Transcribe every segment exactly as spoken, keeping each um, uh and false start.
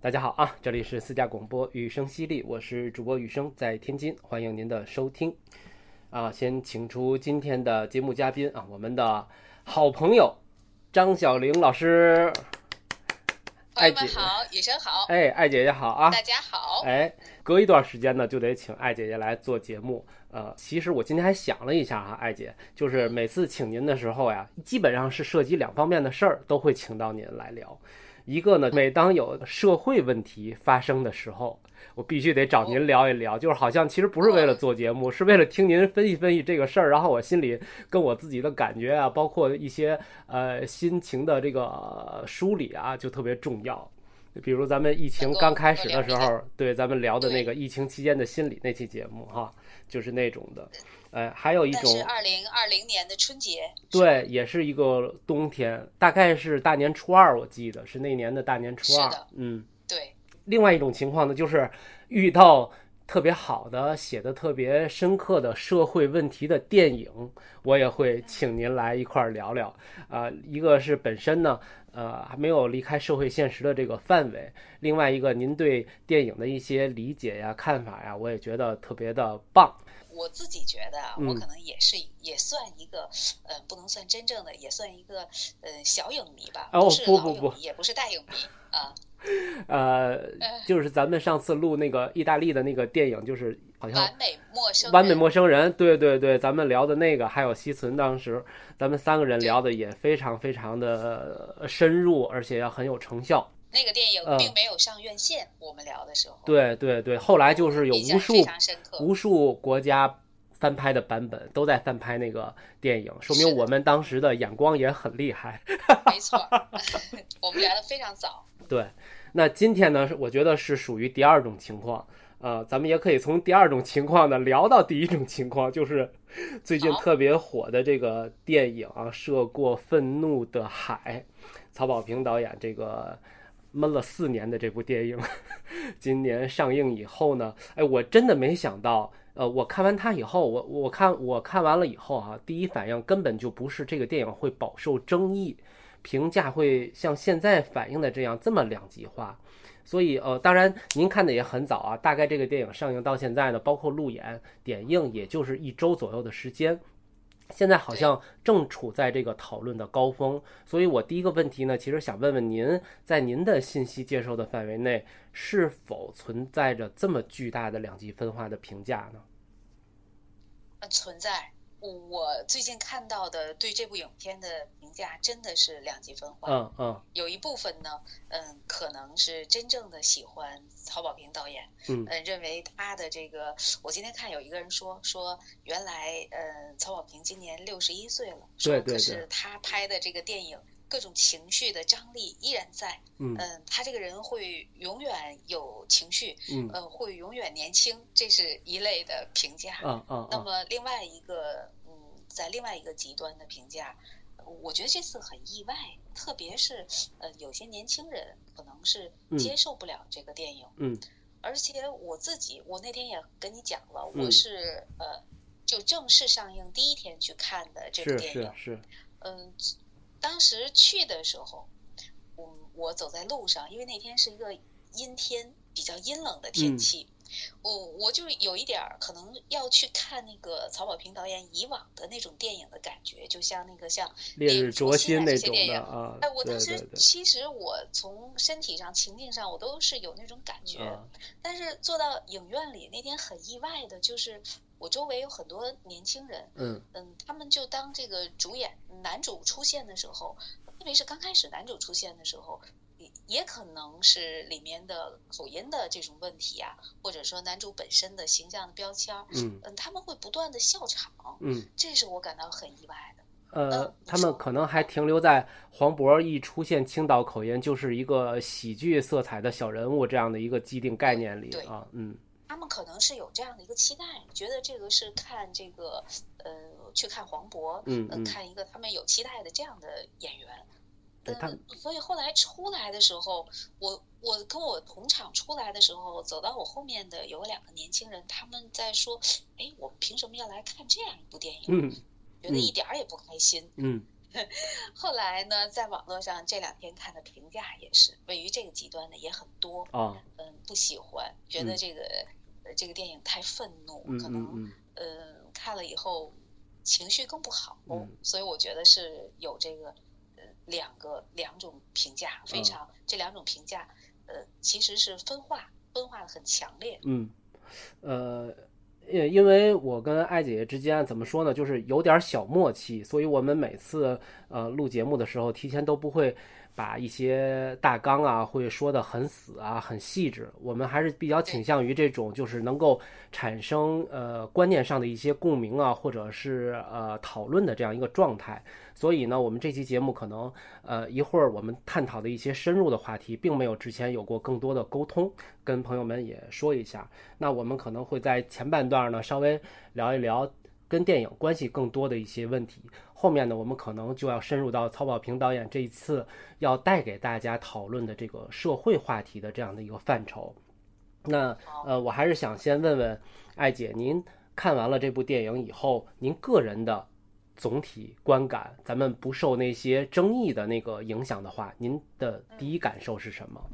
大家好啊，这里是私家广播雨声犀利，我是主播雨声，在天津，欢迎您的收听。啊，先请出今天的节目嘉宾啊，我们的好朋友张小玲老师。 朋友们好，雨声好， 哎，艾姐姐好啊， 大家好。 哎，隔一段时间呢，就得请艾姐姐来做节目。呃，其实我今天还想了一下哈，艾姐，就是每次请您的时候呀，基本上是涉及两方面的事儿，都会请到您来聊。一个呢，每当有社会问题发生的时候，我必须得找您聊一聊，就是好像其实不是为了做节目，是为了听您分析分析这个事儿，然后我心里跟我自己的感觉啊，包括一些呃心情的这个梳理啊，就特别重要。比如咱们疫情刚开始的时候，对咱们聊的那个疫情期间的心理那期节目哈，就是那种的。呃，还有一种， 是二零二零年的春节， 对，也是一个冬天，大概是大年初二，我记得是那年的大年初二。嗯， 对。 另外一种情况呢，就是遇到特别好的、写的特别深刻的社会问题的电影，我也会请您来一块儿聊聊。啊、呃，一个是本身呢，呃，还没有离开社会现实的这个范围；另外一个，您对电影的一些理解呀、看法呀，我也觉得特别的棒。 我自己觉得啊，我可能也是、嗯、也算一个，呃，不能算真正的，也算一个呃小影迷吧。 哦， 不是不不不， 也不是大影迷啊。 呃，就是咱们上次录那个意大利的那个电影，就是好像完美陌生人， 完美陌生人，对对对，咱们聊的那个，还有西存，当时咱们三个人聊的也非常非常的深入，而且也很有成效。 那个电影并没有上院线，嗯、我们聊的时候。 对对对，后来就是有无数无数国家翻拍的版本都在翻拍那个电影，说明我们当时的眼光也很厉害。 没错，我们聊得非常早。 对，那今天呢，我觉得是属于第二种情况。呃，咱们也可以从第二种情况呢聊到第一种情况，就是最近特别火的这个电影啊，《涉过愤怒的海》，曹保平导演这个闷了四年的这部电影，今年上映以后呢，哎，我真的没想到，呃，我看完它以后，我我看我看完了以后哈、啊，第一反应根本就不是这个电影会饱受争议，评价会像现在反映的这样这么两极化。所以呃，当然您看的也很早啊，大概这个电影上映到现在呢，包括路演、点映，也就是一周左右的时间。现在好像正处在这个讨论的高峰，所以我第一个问题呢，其实想问问您，在您的信息接收的范围内，是否存在着这么巨大的两极分化的评价呢？ 呃，存在。我最近看到的对这部影片的评价真的是两极分化。 嗯嗯， 有一部分呢，嗯，可能是真正的喜欢曹保平导演， 嗯， 呃，认为他的这个，我今天看有一个人说说，原来，呃，曹保平今年六十一岁了， 对对对， 可是他拍的这个电影。各种情绪的张力依然在， 嗯、 呃，他这个人会永远有情绪， 嗯， 呃，会永远年轻，这是一类的评价。 啊啊， 那么另外一个，嗯，在另外一个极端的评价，我觉得这次很意外，特别是呃，有些年轻人可能是接受不了这个电影， 嗯， 而且我自己，我那天也跟你讲了，我是、嗯、呃，就正式上映第一天去看的这个电影， 是是是， 嗯。当时去的时候，嗯，我走在路上，因为那天是一个阴天，比较阴冷的天气，嗯、我我就有一点可能要去看那个曹保平导演以往的那种电影的感觉，就像那个像《 烈日灼心》那种的啊。 哎，我当时其实我从身体上、情境上，我都是有那种感觉， 啊、 但是坐到影院里那天很意外的，就是我周围有很多年轻人， 嗯嗯，他们就当这个主演男主出现的时候，特别是刚开始男主出现的时候，也可能是里面的口音的这种问题啊，或者说男主本身的形象的标签， 嗯嗯，他们会不断的笑场， 嗯， 这是我感到很意外的。 呃、 嗯， 他们可能还停留在黄渤一出现青岛口音就是一个喜剧色彩的小人物这样的一个既定概念里啊，嗯。 他们可能是有这样的一个期待，觉得这个是看这个，呃，去看黄渤， 嗯嗯， 看一个他们有期待的这样的演员。 对他、 呃，所以后来出来的时候，我我跟我同场出来的时候，走到我后面的有两个年轻人，他们在说：“哎，我们凭什么要来看这样一部电影？” 嗯， 觉得一点也不开心。 嗯， 后来呢，在网络上这两天看的评价也是位于这个极端的也很多啊、哦， 嗯，不喜欢，觉得这个、嗯、这个电影太愤怒， 嗯、 可能嗯嗯、呃、看了以后情绪更不好， 嗯、 所以我觉得是有这个呃两个两种评价，非常、嗯、这两种评价呃其实是分化，分化的很强烈。 嗯，呃。因为我跟艾姐姐之间怎么说呢，就是有点小默契，所以我们每次呃录节目的时候，提前都不会把一些大纲啊会说得很死啊很细致，我们还是比较倾向于这种就是能够产生呃观念上的一些共鸣啊，或者是呃讨论的这样一个状态。所以呢，我们这期节目可能呃一会儿我们探讨的一些深入的话题，并没有之前有过更多的沟通，跟朋友们也说一下。那我们可能会在前半段呢稍微聊一聊跟电影关系更多的一些问题，后面呢我们可能就要深入到曹保平导演这一次要带给大家讨论的这个社会话题的这样的一个范畴。那呃，我还是想先问问艾姐，您看完了这部电影以后，您个人的总体观感，咱们不受那些争议的那个影响的话，您的第一感受是什么？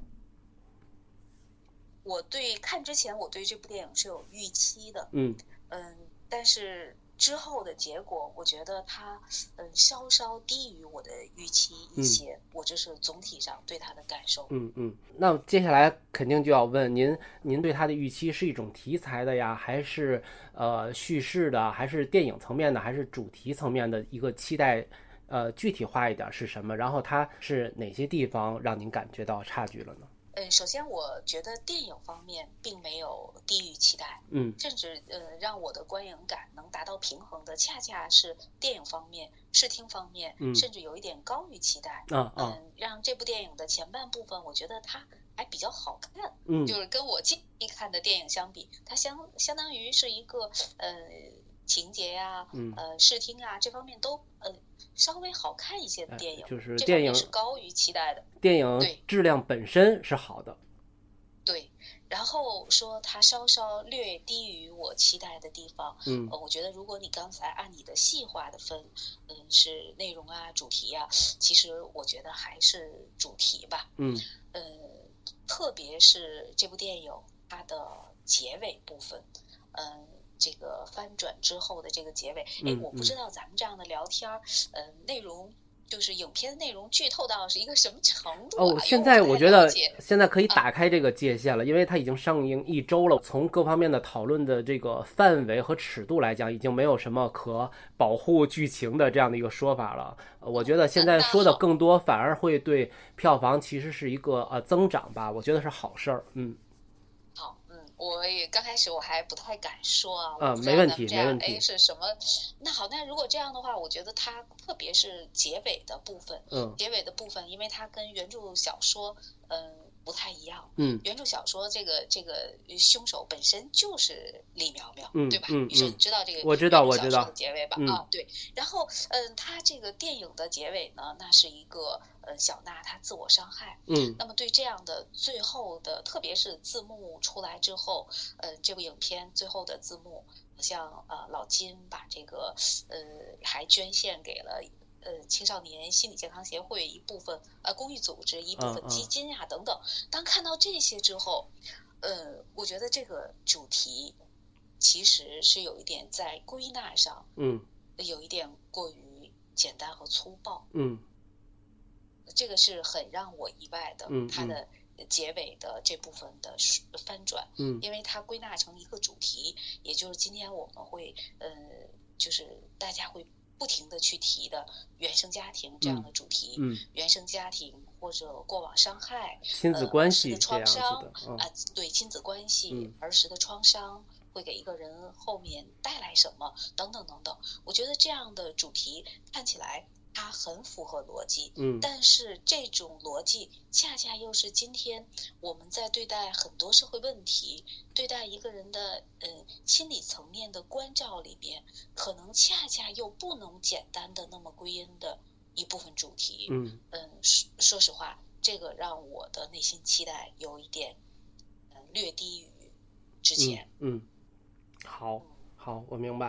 我对看之前我对这部电影是有预期的， 嗯嗯，但是之后的结果，我觉得它嗯稍稍低于我的预期一些，嗯、我这是总体上对它的感受。 嗯嗯，那接下来肯定就要问您，您对它的预期是一种题材的呀，还是呃叙事的，还是电影层面的，还是主题层面的一个期待？呃，具体化一点是什么？然后它是哪些地方让您感觉到差距了呢？ 嗯，首先我觉得电影方面并没有低于期待， 嗯， 甚至呃让我的观影感能达到平衡的，恰恰是电影方面、视听方面， 嗯， 甚至有一点高于期待。 啊啊， 嗯，让这部电影的前半部分，我觉得它还比较好看， 嗯， 就是跟我近期看的电影相比，它相相当于是一个呃情节呀、 嗯， 呃视听啊这方面都呃。稍微好看一些的电影， 呃、就是电影是高于期待的。 电影质量本身是好的， 对。然后说它稍稍略低于我期待的地方， 嗯， 呃，我觉得如果你刚才按你的细化的分，嗯，是内容啊、主题啊，其实我觉得还是主题吧， 嗯， 呃，特别是这部电影它的结尾部分，嗯、呃。这个翻转之后的这个结尾，哎，我不知道咱们这样的聊天，呃，内容就是影片内容剧透到是一个什么程度、啊、 哦，现在我觉得现在可以打开这个界限了， 啊、 因为它已经上映一周了，从各方面的讨论的这个范围和尺度来讲，已经没有什么可保护剧情的这样的一个说法了。我觉得现在说的更多，反而会对票房其实是一个呃增长吧，我觉得是好事儿，嗯。 我也刚开始我还不太敢说啊， 啊，没问题，没问题。 哎，是什么？那好，那如果这样的话，我觉得它特别是结尾的部分， 嗯， 结尾的部分，因为它跟原著小说，嗯，不太一样。 嗯， 原著小说这个这个凶手本身就是李苗苗， 嗯， 对吧？ 嗯， 你说你知道这个我知道，我知道结尾吧？ 嗯、 啊，对。然后，嗯，它这个电影的结尾呢，那是一个。呃，小娜她自我伤害， 嗯， 那么对这样的最后的，特别是字幕出来之后，呃，这部影片最后的字幕，像呃老金把这个呃还捐献给了呃青少年心理健康协会一部分呃公益组织一部分基金呀、啊、等等。当看到这些之后，呃，我觉得这个主题其实是有一点在归纳上， 嗯， 有一点过于简单和粗暴， 嗯。 这个是很让我意外的， 嗯， 它的结尾的这部分的翻转， 嗯， 因为它归纳成一个主题，也就是今天我们会，呃，就是大家会不停的去提的原生家庭这样的主题， 嗯， 原生家庭或者过往伤害、 亲子关系、 呃、创伤啊、 嗯呃，对亲子关系、 嗯、 儿时的创伤。会给一个人后面带来什么等等等等，我觉得这样的主题看起来它很符合逻辑， 嗯， 但是这种逻辑恰恰又是今天我们在对待很多社会问题、对待一个人的呃心理层面的关照里边，可能恰恰又不能简单的那么归因的一部分主题。 嗯嗯，说说实话，这个让我的内心期待有一点嗯略低于之前。 嗯。嗯好，好，我明白。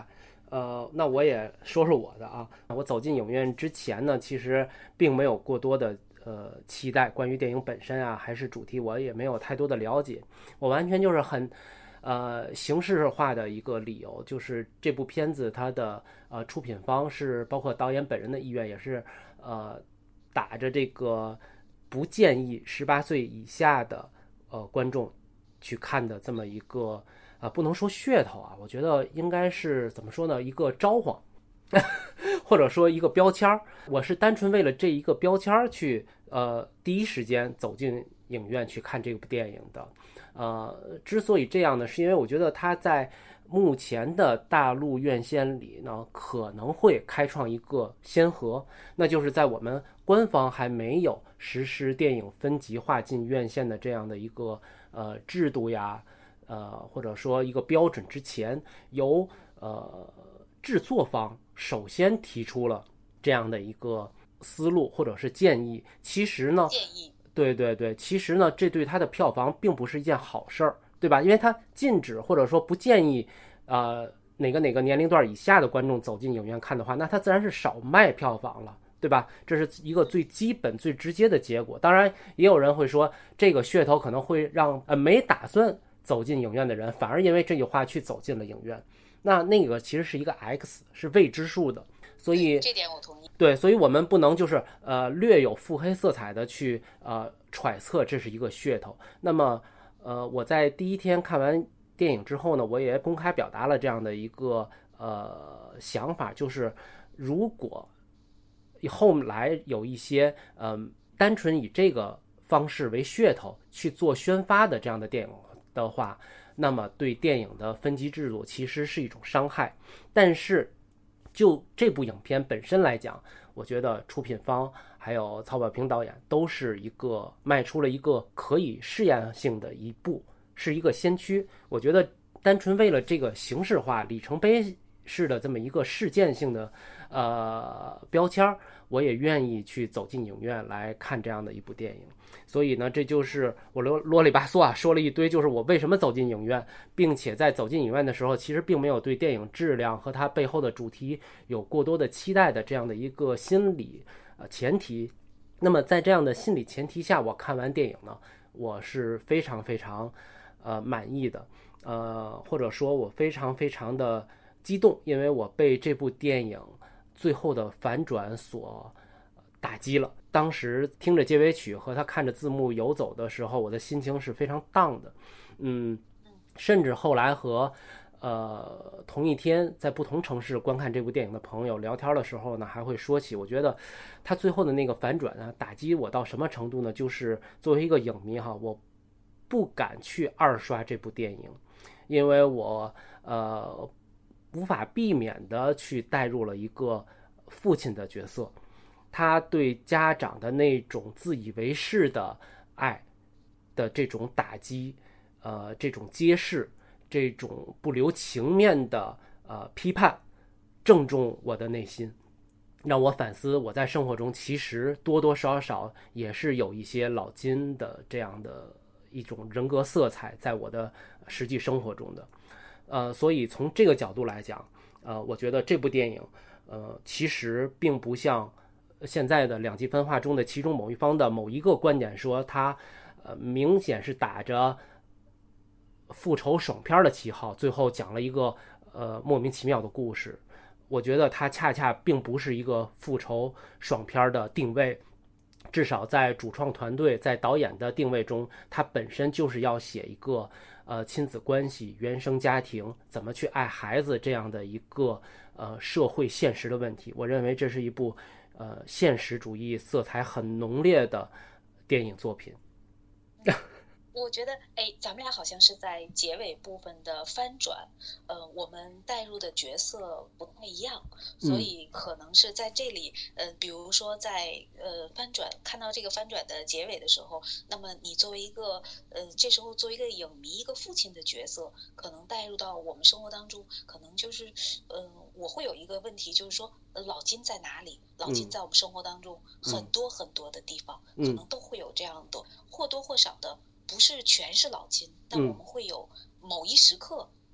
呃，那我也说说我的啊。我走进影院之前呢，其实并没有过多的呃期待，关于电影本身啊，还是主题，我也没有太多的了解。我完全就是很呃形式化的一个理由，就是这部片子它的呃出品方是包括导演本人的意愿，也是呃打着这个不建议十八岁以下的呃观众去看的这么一个。啊，不能说噱头啊，我觉得应该是怎么说呢？一个招呼，或者说一个标签儿。我是单纯为了这一个标签儿去，呃，第一时间走进影院去看这部电影的。呃，之所以这样呢，是因为我觉得它在目前的大陆院线里呢，可能会开创一个先河，那就是在我们官方还没有实施电影分级划进院线的这样的一个呃制度呀。呃，或者说一个标准之前，由呃制作方首先提出了这样的一个思路或者是建议。其实呢， 建议， 对对对，其实呢，这对它的票房并不是一件好事儿，对吧？因为它禁止或者说不建议呃哪个哪个年龄段以下的观众走进影院看的话，那它自然是少卖票房了。对吧？这是一个最基本、最直接的结果。当然，也有人会说，这个噱头可能会让呃没打算走进影院的人，反而因为这句话去走进了影院。那那个其实是一个 X， 是未知数的，所以这点我同意。 对，所以我们不能就是呃略有腹黑色彩的去呃揣测这是一个噱头。那么呃我在第一天看完电影之后呢，我也公开表达了这样的一个呃想法，就是如果后来有一些嗯、呃、单纯以这个方式为噱头去做宣发的这样的电影的话，那么对电影的分级制度其实是一种伤害。但是就这部影片本身来讲，我觉得出品方还有曹保平导演都是一个迈出了一个可以试验性的一步，是一个先驱。我觉得单纯为了这个形式化里程碑式的这么一个事件性的呃标签，我也愿意去走进影院来看这样的一部电影。所以呢，这就是我啰啰里吧嗦啊说了一堆，就是我为什么走进影院，并且在走进影院的时候，其实并没有对电影质量和它背后的主题有过多的期待的这样的一个心理呃前提。那么在这样的心理前提下，我看完电影呢，我是非常非常呃满意的，呃或者说我非常非常的激动，因为我被这部电影最后的反转所打击了。当时听着结尾曲和他看着字幕游走的时候，我的心情是非常荡的。嗯，甚至后来和呃同一天在不同城市观看这部电影的朋友聊天的时候呢，还会说起，我觉得他最后的那个反转呢，打击我到什么程度呢？就是作为一个影迷哈，我不敢去二刷这部电影，因为我呃无法避免的去带入了一个父亲的角色。他对家长的那种自以为是的爱的这种打击，呃，这种揭示，这种不留情面的呃批判，正中我的内心，让我反思我在生活中其实多多少少也是有一些老金的这样的一种人格色彩在我的实际生活中的。呃，所以从这个角度来讲，呃，我觉得这部电影，呃，其实并不像现在的两极分化中的其中某一方的某一个观点说它呃明显是打着复仇爽片的旗号，最后讲了一个呃莫名其妙的故事。我觉得它恰恰并不是一个复仇爽片的定位，至少在主创团队在导演的定位中，它本身就是要写一个呃亲子关系、原生家庭怎么去爱孩子这样的一个呃社会现实的问题。我认为这是一部呃，现实主义色彩很浓烈的电影作品。 我觉得，哎，咱们俩好像是在结尾部分的翻转，呃，我们带入的角色不太一样，所以可能是在这里，呃，比如说在呃翻转看到这个翻转的结尾的时候，那么你作为一个呃这时候作为一个影迷，一个父亲的角色，可能带入到我们生活当中，可能就是呃我会有一个问题，就是说，呃，老金在哪里？老金在我们生活当中很多很多的地方，可能都会有这样的或多或少的。不是全是老金，但我们会有某一时刻，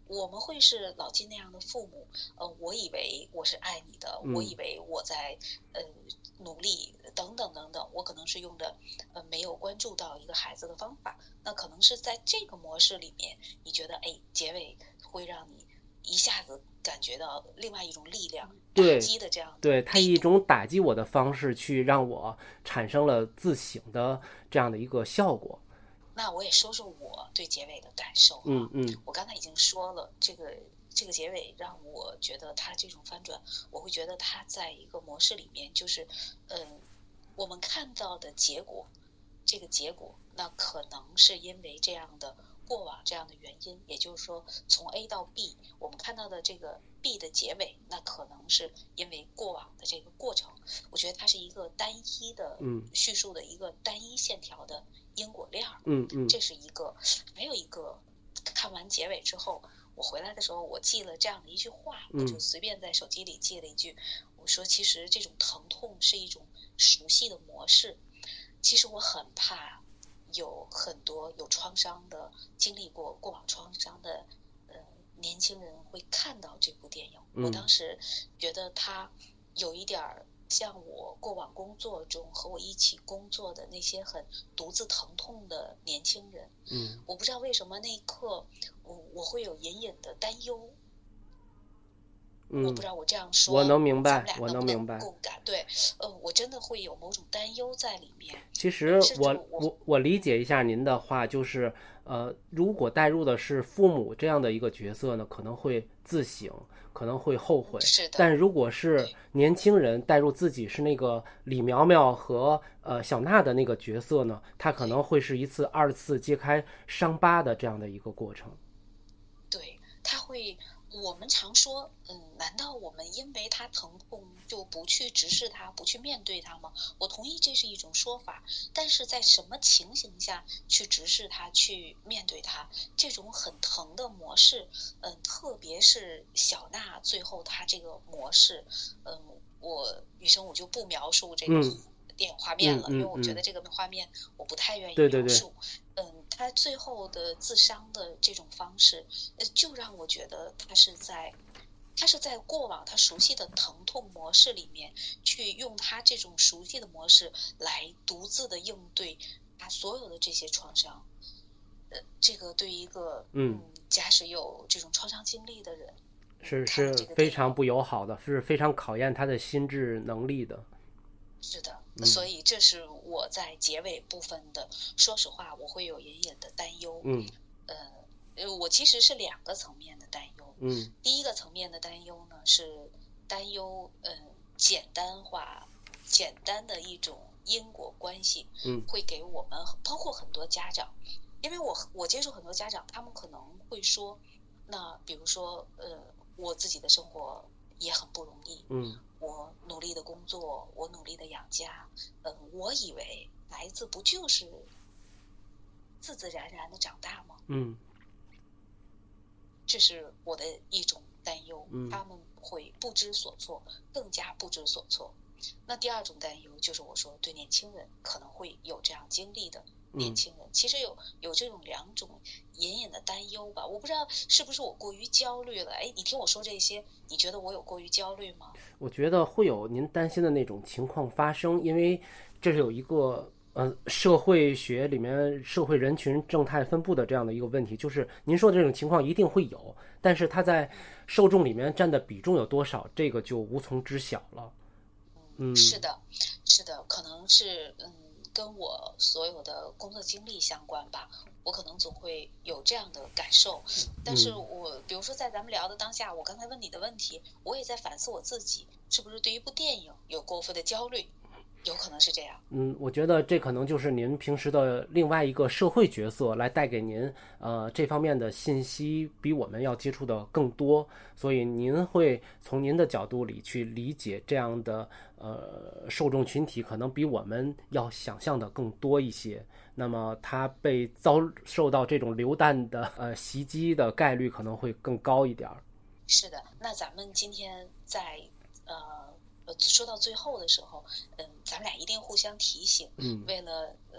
我们会是老金那样的父母，呃，我以为我是爱你的， 嗯、 我以为我在呃努力等等等等，我可能是用的呃没有关注到一个孩子的方法，那可能是在这个模式里面，你觉得哎结尾会让你一下子感觉到另外一种力量打击的这样的， 对，它以一种打击我的方式去让我产生了自省的这样的一个效果。 那我也说说我对结尾的感受啊。 嗯嗯， 我刚才已经说了，这个这个结尾让我觉得它这种翻转，我会觉得它在一个模式里面，就是嗯、呃，我们看到的结果，这个结果，那可能是因为这样的过往这样的原因，也就是说从 A 到 B， 我们看到的这个 B 的结尾，那可能是因为过往的这个过程。我觉得它是一个单一的叙述的一个单一线条的因果链。 嗯嗯， 这是一个。还有一个，看完结尾之后，我回来的时候，我记了这样的一句话，我就随便在手机里记了一句，我说其实这种疼痛是一种熟悉的模式。其实我很怕有很多有创伤的、经历过过往创伤的呃年轻人会看到这部电影。 嗯、 我当时觉得他有一点像我过往工作中和我一起工作的那些很独自疼痛的年轻人。 嗯， 我不知道为什么那一刻我我会有隐隐的担忧。 嗯， 我不知道我这样说， 我能明白， 咱们俩能不能我能明白。 共感？对，呃，我真的会有某种担忧在里面。 其实我我我理解一下您的话，就是呃，如果带入的是父母这样的一个角色呢，可能会自省，可能会后悔。 是的。 但如果是年轻人带入自己是那个李苗苗和呃小娜的那个角色呢，他可能会是一次二次揭开伤疤的这样的一个过程。 对，他会。我们常说，嗯，难道我们因为他疼痛就不去直视他，不去面对他吗？我同意这是一种说法，但是在什么情形下去直视他，去面对他？这种很疼的模式，嗯，特别是小娜最后她这个模式，嗯，我女生我就不描述这个电影画面了， 嗯嗯嗯、 因为我觉得这个画面我不太愿意描述。 对对对嗯，他最后的自伤的这种方式，呃，就让我觉得他是在，他是在过往他熟悉的疼痛模式里面，去用他这种熟悉的模式来独自的应对他所有的这些创伤。呃，这个对于一个嗯，假使有这种创伤经历的人， 是是非常不友好的，是非常考验他的心智能力的。 是的。所以这是我在结尾部分的，说实话，我会有隐隐的担忧。 嗯， 呃，我其实是两个层面的担忧。 嗯， 第一个层面的担忧呢是担忧，嗯、呃，简单化、简单的一种因果关系， 嗯， 会给我们，包括很多家长，因为我我接触很多家长，他们可能会说，那比如说，呃，我自己的生活也很不容易， 嗯。 我努力的工作，我努力的养家，嗯，我以为孩子不就是自自然然的长大吗？ 嗯， 这是我的一种担忧， 嗯， 他们会不知所措，更加不知所措。那第二种担忧就是我说对年轻人可能会有这样经历的年轻人， 嗯、 其实有有这种两种隐隐的担忧吧。我不知道是不是我过于焦虑了。哎，你听我说这些，你觉得我有过于焦虑吗？ 我觉得会有您担心的那种情况发生，因为这是有一个呃社会学里面社会人群正态分布的这样的一个问题，就是您说的这种情况一定会有，但是它在受众里面占的比重有多少，这个就无从知晓了。嗯， 是的，是的，可能是嗯，跟我所有的工作经历相关吧。我可能总会有这样的感受，但是我比如说在咱们聊的当下，我刚才问你的问题，我也在反思我自己，是不是对一部电影有过分的焦虑？有可能是这样。 嗯，我觉得这可能就是您平时的另外一个社会角色，来带给您呃这方面的信息比我们要接触的更多，所以您会从您的角度里去理解这样的呃受众群体，可能比我们要想象的更多一些。那么他被遭受到这种流弹的呃袭击的概率可能会更高一点。 是的，那咱们今天在呃。说到最后的时候，嗯，咱们俩一定互相提醒， 嗯， 为了嗯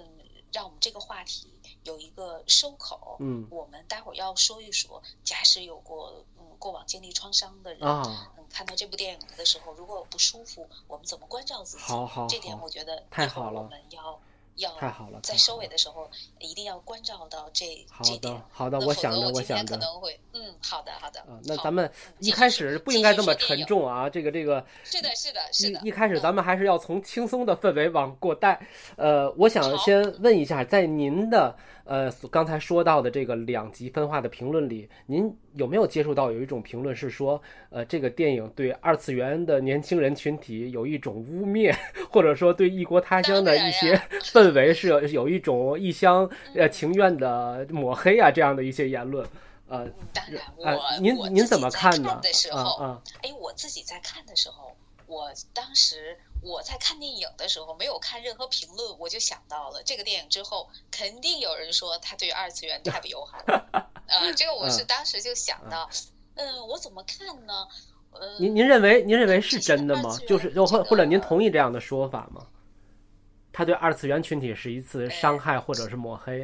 让我们这个话题有一个收口。 嗯， 我们待会儿要说一说，假使有过嗯过往经历创伤的人啊， 嗯，看到这部电影的时候，如果有不舒服，我们怎么关照自己？ 好好好， 这点我觉得太好了， 我们要要太好了， 在收尾的时候一定要关照到这这点。 好的，我想着，我想着可能会，嗯，好的，好的。 啊，那咱们一开始不应该这么沉重啊，这个这个。 是的，是的，是的。 一一开始咱们还是要从轻松的氛围往过带。呃，我想先问一下，在您的呃刚才说到的这个两极分化的评论里，您有没有接触到有一种评论是说，呃，这个电影对二次元的年轻人群体有一种污蔑，或者说对异国他乡的一些氛围是有有一种一厢呃情愿的抹黑啊这样的一些言论？呃， 当然我， 呃、您您怎么看呢？ 的时候， 啊， 哎，我自己在看的时候，我当时我在看电影的时候，没有看任何评论，我就想到了这个电影之后，肯定有人说他对二次元太不友好了。呃，这个我是当时就想到，嗯、呃，我怎么看呢？呃， 您您认为您认为是真的吗？就是或或者您同意这样的说法吗？他对二次元群体是一次伤害或者是抹黑？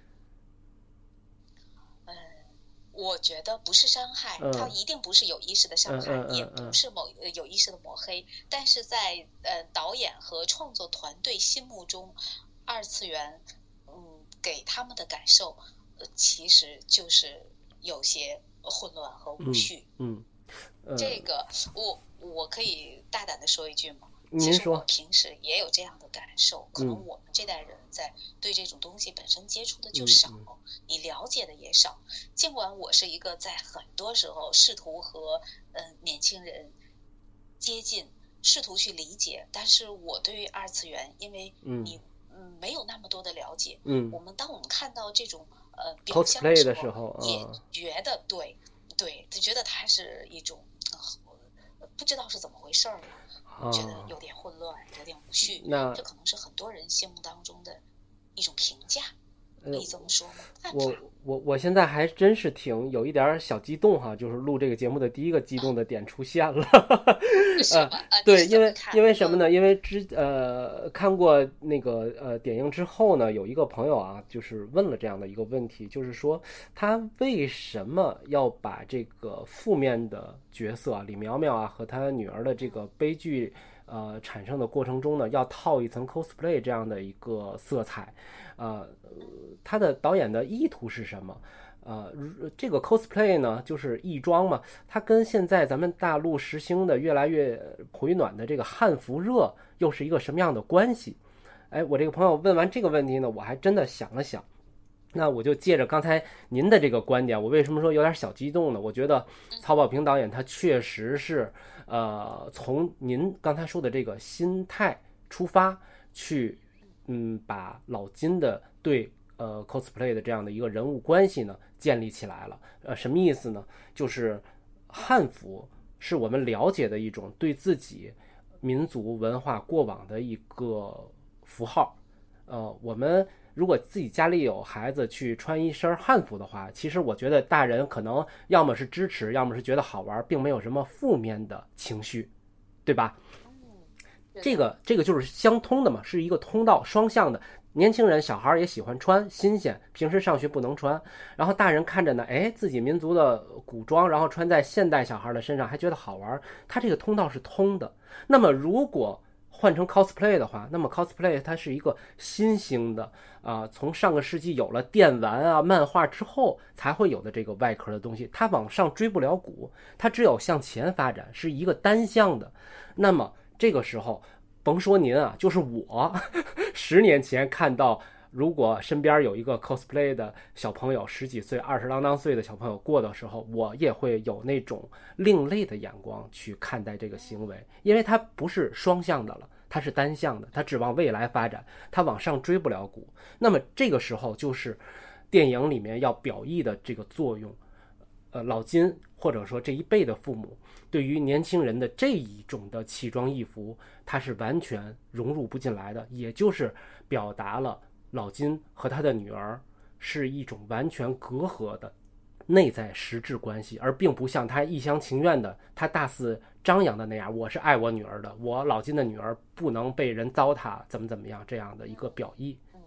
我觉得不是伤害， 嗯、 它一定不是有意识的伤害， 嗯嗯嗯、 也不是某有意识的抹黑。但是在呃导演和创作团队心目中，二次元，嗯，给他们的感受，呃，其实就是有些混乱和无序。 嗯，嗯呃、 这个我我可以大胆的说一句吗？ 您说， 我平时也有这样的感受，可能我们这代人在对这种东西本身接触的就少， 嗯嗯、 你了解的也少。尽管我是一个在很多时候试图和呃年轻人接近，试图去理解，但是我对于二次元，因为你嗯没有那么多的了解， 嗯， 我们当我们看到这种呃表象的时候， 也觉得对对，就觉得它是一种、呃、不知道是怎么回事儿了。觉得有点混乱，有点无序， 那这可能是很多人心目当中的一种评价，可以这么说吗？ 我我我现在还真是挺有一点小激动哈，就是录这个节目的第一个激动的点出现了。 呃， 对，因为因为什么呢？因为之呃看过那个呃点映之后呢，有一个朋友啊，就是问了这样的一个问题，就是说他为什么要把这个负面的角色啊，李苗苗啊和他女儿的这个悲剧呃产生的过程中呢，要套一层 cosplay 这样的一个色彩，呃，他的导演的意图是什么？呃，这个 cosplay 呢，就是异装嘛，它跟现在咱们大陆实行的越来越回暖的这个汉服热又是一个什么样的关系？哎，我这个朋友问完这个问题呢，我还真的想了想。那我就借着刚才您的这个观点，我为什么说有点小激动呢？我觉得曹保平导演他确实是呃从您刚才说的这个心态出发去，嗯，把老金的对呃 cosplay 的这样的一个人物关系呢建立起来了。呃，什么意思呢？就是汉服是我们了解的一种对自己民族文化过往的一个符号。呃，我们如果自己家里有孩子去穿一身汉服的话，其实我觉得大人可能要么是支持，要么是觉得好玩，并没有什么负面的情绪，对吧？这个这个就是相通的嘛，是一个通道，双向的。年轻人小孩也喜欢穿，新鲜，平时上学不能穿，然后大人看着呢，哎，自己民族的古装，然后穿在现代小孩的身上还觉得好玩，它这个通道是通的。那么如果换成 cosplay 的话，那么 cosplay 它是一个新兴的啊、呃，从上个世纪有了电玩啊、漫画之后才会有的这个外壳的东西，它往上追不了鼓，它只有向前发展，是一个单向的。那么这个时候，甭说您啊，就是我，十年前看到，如果身边有一个 cosplay 的小朋友，十几岁、二十郎当岁的小朋友过的时候，我也会有那种另类的眼光去看待这个行为，因为它不是双向的了，它是单向的，它指望未来发展，它往上追不了鼓。那么这个时候就是电影里面要表意的这个作用。呃，老金或者说这一辈的父母对于年轻人的这一种的奇装异服，他是完全融入不进来的，也就是表达了老金和他的女儿是一种完全隔阂的内在实质关系，而并不像他一厢情愿的，他大肆张扬的那样，我是爱我女儿的，我老金的女儿不能被人糟蹋，怎么怎么样这样的一个表意。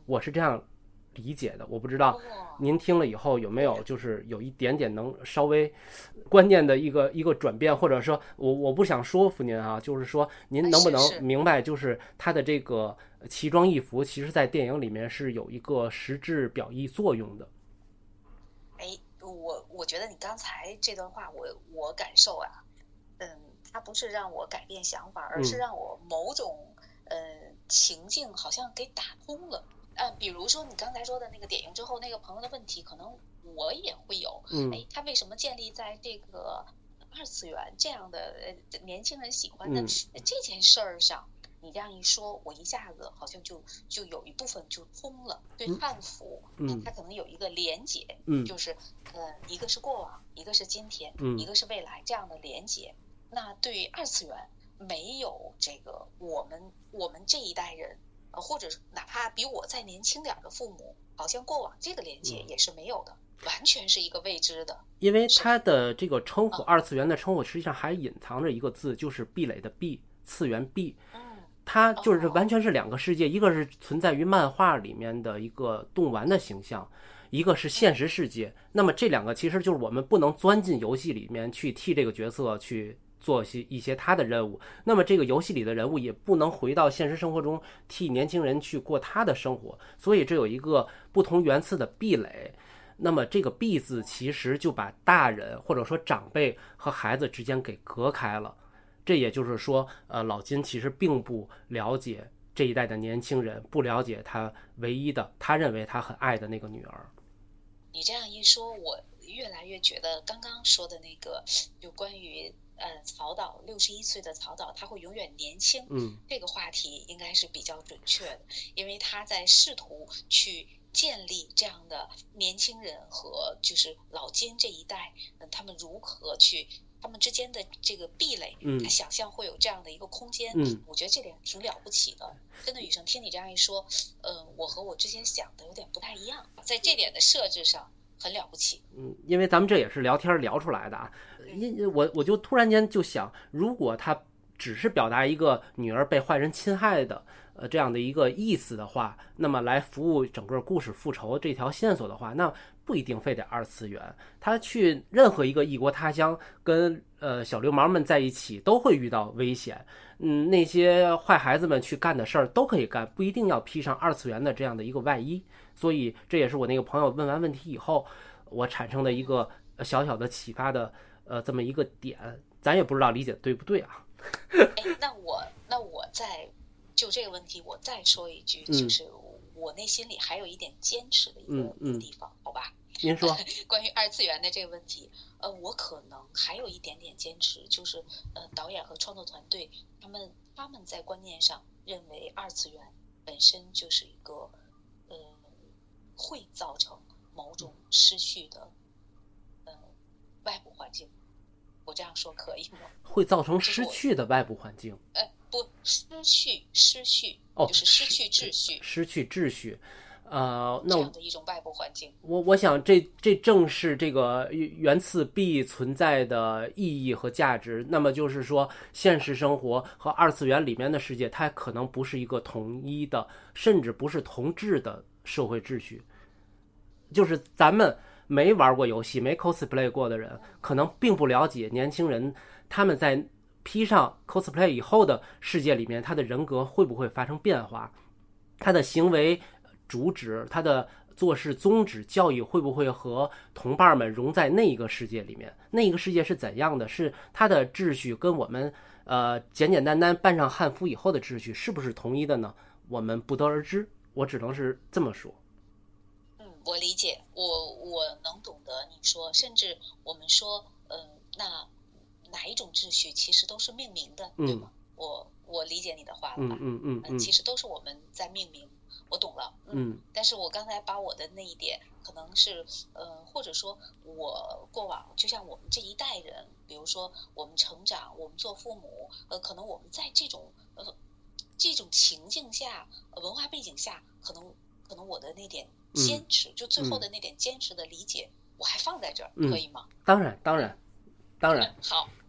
我是这样理解的，我不知道您听了以后有没有就是有一点点能稍微观念的一个一个转变，或者说我我不想说服您啊，就是说您能不能明白，就是他的这个奇装异服，其实在电影里面是有一个实质表意作用的。 哎，我我觉得你刚才这段话我我感受啊，嗯，它不是让我改变想法，而是让我某种呃情境好像给打通了。呃，比如说你刚才说的那个点映之后那个朋友的问题，可能我也会有。 嗯， 哎，他为什么建立在这个二次元这样的呃年轻人喜欢的这件事儿上？你这样一说，我一下子好像就就有一部分就通了。对汉服， 嗯， 它可能有一个连结， 嗯， 就是呃，一个是过往，一个是今天， 嗯， 一个是未来这样的连结。那对二次元没有这个我们我们这一代人。呃，或者哪怕比我再年轻点的父母，好像过往这个连接也是没有的，嗯、完全是一个未知的。 因为它的这个称呼，二次元的称呼，实际上还隐藏着一个字，就是壁垒的壁，次元壁。 嗯， 它就是完全是两个世界，一个是存在于漫画里面的一个动玩的形象，一个是现实世界。那么这两个其实就是我们不能钻进游戏里面去替这个角色去做些一些他的任务，那么这个游戏里的人物也不能回到现实生活中替年轻人去过他的生活，所以这有一个不同源次的壁垒。那么这个壁字其实就把大人或者说长辈和孩子之间给隔开了。这也就是说，呃，老金其实并不了解这一代的年轻人，不了解他唯一的他认为他很爱的那个女儿。 你这样一说，我越来越觉得刚刚说的那个就关于呃，曹导六十一岁的曹导，他会永远年轻。 嗯， 这个话题应该是比较准确的，因为他在试图去建立这样的年轻人和就是老金这一代，嗯，他们如何去他们之间的这个壁垒， 嗯， 他想象会有这样的一个空间。 嗯， 我觉得这点挺了不起的。真的，雨生听你这样一说，呃，我和我之前想的有点不太一样，在这点的设置上。很了不起， 嗯，因为咱们这也是聊天聊出来的啊。因我我就突然间就想，如果他只是表达一个女儿被坏人侵害的呃这样的一个意思的话，那么来服务整个故事复仇这条线索的话，那不一定非得二次元。他去任何一个异国他乡，跟呃小流氓们在一起，都会遇到危险。嗯，那些坏孩子们去干的事儿都可以干，不一定要披上二次元的这样的一个外衣。所以这也是我那个朋友问完问题以后，我产生的一个小小的启发的呃这么一个点，咱也不知道理解对不对啊？ 哎，那我那我再就这个问题，我再说一句， 嗯、 就是我内心里还有一点坚持的一个、 嗯嗯、 地方，好吧？ 您说关于二次元的这个问题，呃，我可能还有一点点坚持，就是呃，导演和创作团队他们他们在观念上认为二次元本身就是一个呃。会造成某种失序的呃外部环境，我这样说可以吗？ 会造成失去的外部环境？ 呃，不，失序，失序， 哦， 就是失去秩序， 失去秩序。呃，那这样的一种外部环境， 我我想这这正是这个源次 B 存在的意义和价值。那么就是说，现实生活和二次元里面的世界，它可能不是一个统一的，甚至不是同质的社会秩序。就是咱们没玩过游戏、没 cosplay 过的人，可能并不了解年轻人他们在披上 cosplay 以后的世界里面，他的人格会不会发生变化，他的行为主旨、他的做事宗旨、教育会不会和同伴们融在那一个世界里面？那一个世界是怎样的？是他的秩序跟我们呃简简单单扮上汉服以后的秩序是不是同一的呢？我们不得而知，我只能是这么说。 我理解，我我能懂得你说，甚至我们说，嗯、呃，那哪一种秩序其实都是命名的，对吗？嗯、我我理解你的话了吧？ 嗯嗯嗯嗯， 其实都是我们在命名，我懂了。嗯，嗯但是我刚才把我的那一点，可能是呃，或者说我过往，就像我们这一代人，比如说我们成长，我们做父母，呃，可能我们在这种呃这种情境下、呃、文化背景下，可能可能我的那点。坚持，就最后的那点坚持的理解， 嗯、 我还放在这儿、 嗯， 可以吗？ 当然，当然，当然。 嗯、好，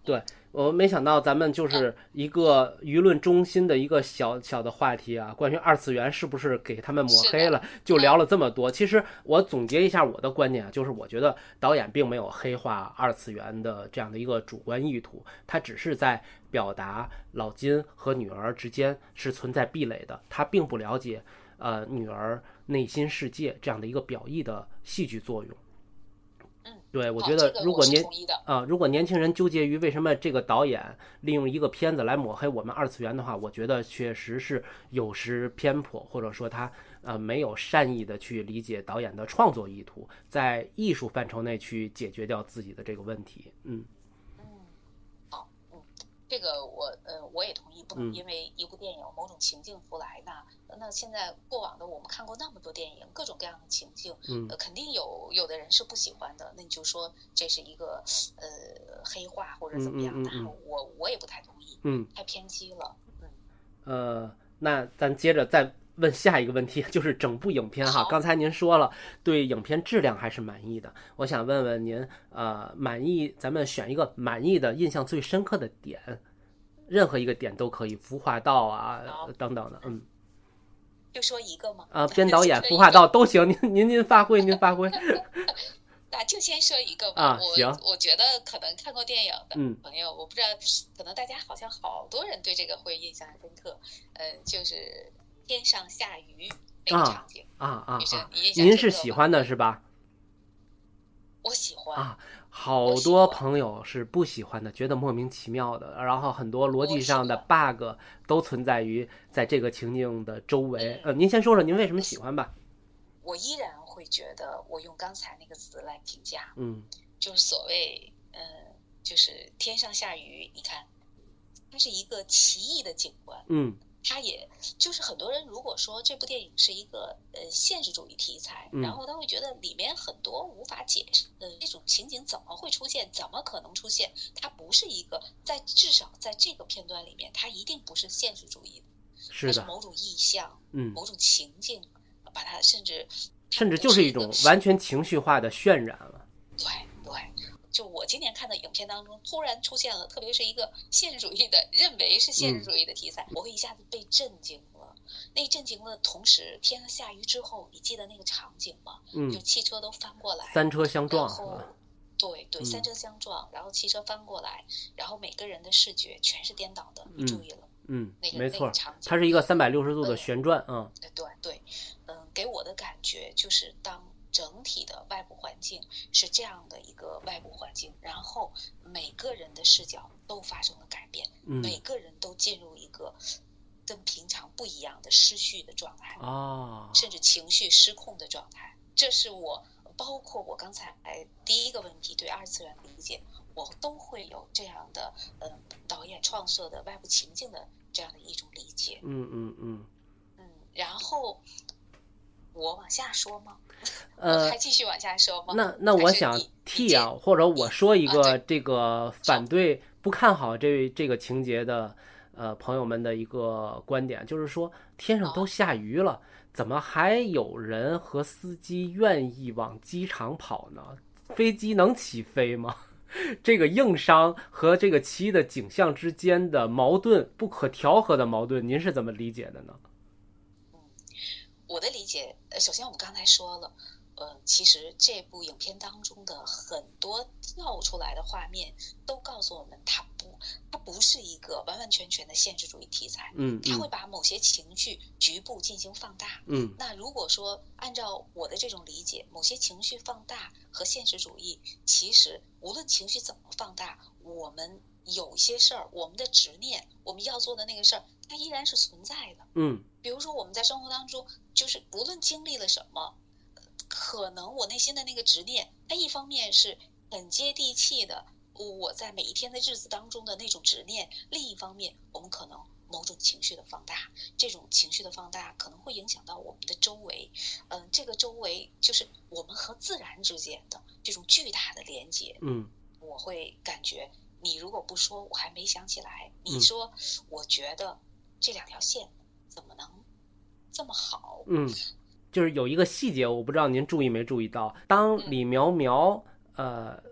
对，我没想到咱们就是一个舆论中心的一个小小的话题啊，关于二次元是不是给他们抹黑了，就聊了这么多。其实我总结一下我的观点啊，就是我觉得导演并没有黑化二次元的这样的一个主观意图，他只是在表达老金和女儿之间是存在壁垒的，他并不了解呃女儿内心世界这样的一个表意的戏剧作用。对，我觉得如果年啊、呃，如果年轻人纠结于为什么这个导演利用一个片子来抹黑我们二次元的话，我觉得确实是有失偏颇，或者说他呃没有善意的去理解导演的创作意图，在艺术范畴内去解决掉自己的这个问题。嗯嗯，好，嗯，这个我呃我也同意，不能因为一部电影某种情境浮来那。那现在过往的我们看过那么多电影，各种各样的情境， 嗯， 呃，肯定有有的人是不喜欢的，那你就说这是一个呃黑化或者怎么样的， 嗯嗯嗯、 我我也不太同意， 嗯， 太偏激了，嗯， 呃，那咱接着再问下一个问题，就是整部影片哈，刚才您说了对影片质量还是满意的，我想问问您，呃，满意，咱们选一个满意的、印象最深刻的点，任何一个点都可以，服化道啊等等的，嗯。 就说一个吗？ 啊，编导演、服化道都行，您您您发挥，您发挥。 那就先说一个吧。 啊， 我行。 我觉得可能看过电影的朋友， 嗯、 我不知道，可能大家好像好多人对这个会印象深刻。呃，就是天上下雨那个场景啊啊啊！ 啊您是喜欢的是吧？ 我喜欢啊。好多朋友是不喜欢的，觉得莫名其妙的，然后很多逻辑上的 bug 都存在于在这个情境的周围。呃，您先说说您为什么喜欢吧。 我依然会觉得，我用刚才那个词来评价， 嗯， 就是所谓，呃，就是天上下雨，你看，它是一个奇异的景观， 嗯。 它也就是很多人如果说这部电影是一个呃现实主义题材， 嗯、 然后他会觉得里面很多无法解释的这种情景怎么会出现，怎么可能出现？它不是一个在至少在这个片段里面，它一定不是现实主义的， 是的， 它是某种意象， 嗯， 某种情境，把它甚至甚至就是一种完全情绪化的渲染了。 对对。就我今年看的影片当中，突然出现了，特别是一个现实主义的，认为是现实主义的题材， 嗯、 我会一下子被震惊了。那震惊了，同时天上下雨之后，你记得那个场景吗？ 嗯， 就汽车都翻过来， 三车相撞， 然后对对，三车相撞，然后汽车翻过来，然后每个人的视觉全是颠倒的，你注意了？ 嗯， 那个没错， 那个场景它是一个三百六十度的旋转啊。 嗯，对对，嗯，给我的感觉就是当整体的外部环境是这样的一个外部环境，然后每个人的视角都发生了改变， 嗯、 每个人都进入一个跟平常不一样的失序的状态， 哦， 甚至情绪失控的状态。这是我包括我刚才第一个问题对二次元理解，我都会有这样的呃导演创设的外部情境的这样的一种理解。 嗯嗯嗯嗯，然后我往下说吗？ 呃， 我还继续往下说吗？ 那那我想替啊，或者我说一个这个反对不看好这这个情节的呃朋友们的一个观点，就是说天上都下雨了，怎么还有人和司机愿意往机场跑呢？飞机能起飞吗？这个硬伤和这个奇异的景象之间的矛盾，不可调和的矛盾，您是怎么理解的呢？ 嗯，我的理解，首先我们刚才说了，呃，其实这部影片当中的很多跳出来的画面，都告诉我们，它不，它不是一个完完全全的现实主义题材。 嗯， 它会把某些情绪局部进行放大。 嗯， 那如果说按照我的这种理解，某些情绪放大和现实主义，其实无论情绪怎么放大，我们有些事儿，我们的执念，我们要做的那个事儿，它依然是存在的。 嗯， 比如说我们在生活当中，就是不论经历了什么，可能我内心的那个执念，它一方面是很接地气的，我在每一天的日子当中的那种执念，另一方面我们可能某种情绪的放大，这种情绪的放大可能会影响到我们的周围，嗯、呃，这个周围就是我们和自然之间的这种巨大的连接。 嗯， 我会感觉你如果不说，我还没想起来。你说，我觉得这两条线怎么能这么好？ 嗯，就是有一个细节，我不知道您注意没注意到，当李苗苗、嗯、呃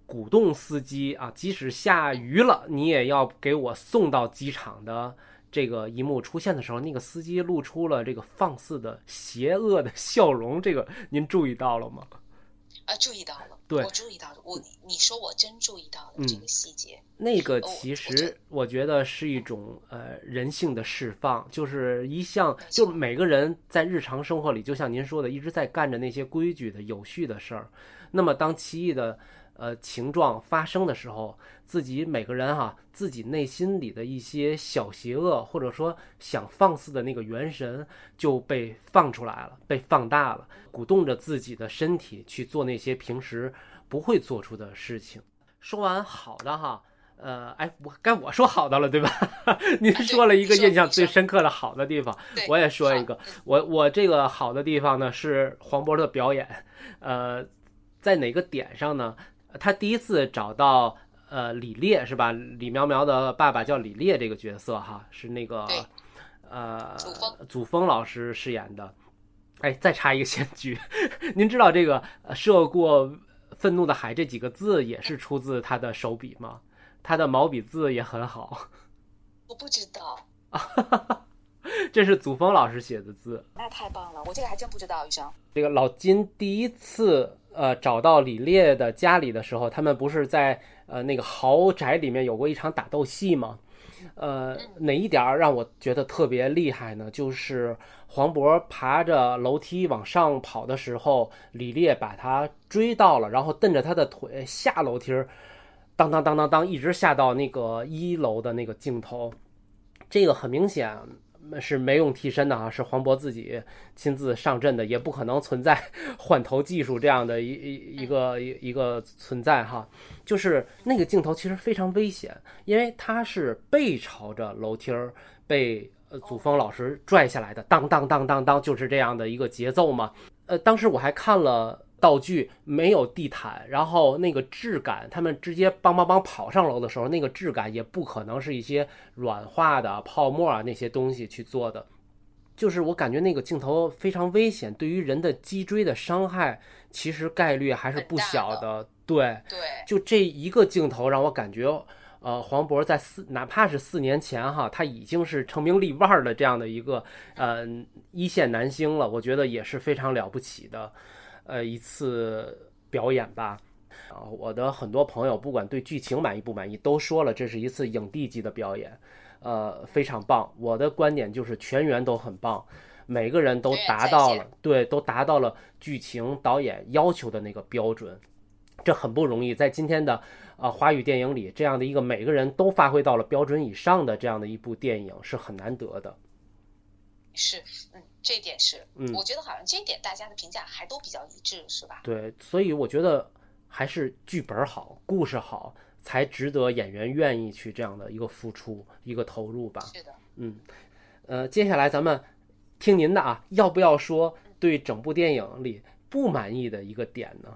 鼓动司机啊，即使下雨了，你也要给我送到机场的这个一幕出现的时候，那个司机露出了这个放肆的邪恶的笑容，这个您注意到了吗？ 啊，注意到了， 对， 我注意到了，我你说我真注意到了这个细节。嗯、 那个其实我觉得是一种呃人性的释放，就是一向就每个人在日常生活里，就像您说的，一直在干着那些规矩的有序的事儿。那么当奇异的呃情状发生的时候，自己每个人哈、啊，自己内心里的一些小邪恶，或者说想放肆的那个元神就被放出来了，被放大了，鼓动着自己的身体去做那些平时不会做出的事情。说完好的哈，呃，哎，我该我说好的了，对吧？您说了一个印象最深刻的好的地方，我也说一个。我我这个好的地方呢是黄渤的表演，呃，在哪个点上呢？他第一次找到呃李烈是吧？李苗苗的爸爸叫李烈这个角色哈，是那个呃祖峰老师饰演的。哎，再插一个仙句，您知道这个涉过愤怒的海这几个字也是出自他的手笔吗？他的毛笔字也很好。 我不知道。 这是祖峰老师写的字。 那太棒了，我这个还真不知道，医生。 这个老金第一次呃找到李烈的家里的时候，他们不是在呃那个豪宅里面有过一场打斗戏吗？呃，哪一点让我觉得特别厉害呢？就是黄渤爬着楼梯往上跑的时候，李烈把他追到了，然后蹬着他的腿下楼梯，当当当当当，一直下到那个一楼的那个镜头。这个很明显是没用替身的啊，是黄渤自己亲自上阵的，也不可能存在换头技术这样的一一个一个存在哈。就是那个镜头其实非常危险，因为他是背朝着楼梯儿被祖峰老师拽下来的，当当当当当，就是这样的一个节奏嘛。呃，当时我还看了道具，没有地毯，然后那个质感，他们直接梆梆梆跑上楼的时候，那个质感也不可能是一些软化的泡沫啊那些东西去做的。就是我感觉那个镜头非常危险，对于人的脊椎的伤害其实概率还是不小的。对对， 就这一个镜头让我感觉呃，黄渤在四哪怕是四年前哈，他已经是成名立万的这样的一个呃一线男星了，我觉得也是非常了不起的呃一次表演吧。啊，我的很多朋友不管对剧情满意不满意，都说了这是一次影帝级的表演，呃，非常棒。我的观点就是全员都很棒，每个人都达到了，对，都达到了剧情导演要求的那个标准。这很不容易，在今天的呃华语电影里，这样的一个每个人都发挥到了标准以上的这样的一部电影是很难得的。 是，嗯，这一点是， 嗯， 我觉得好像这一点大家的评价还都比较一致，是吧？ 对，所以我觉得还是剧本好，故事好，才值得演员愿意去这样的一个付出，一个投入吧。 是的， 嗯，呃，接下来咱们听您的啊，要不要说对整部电影里不满意的一个点呢？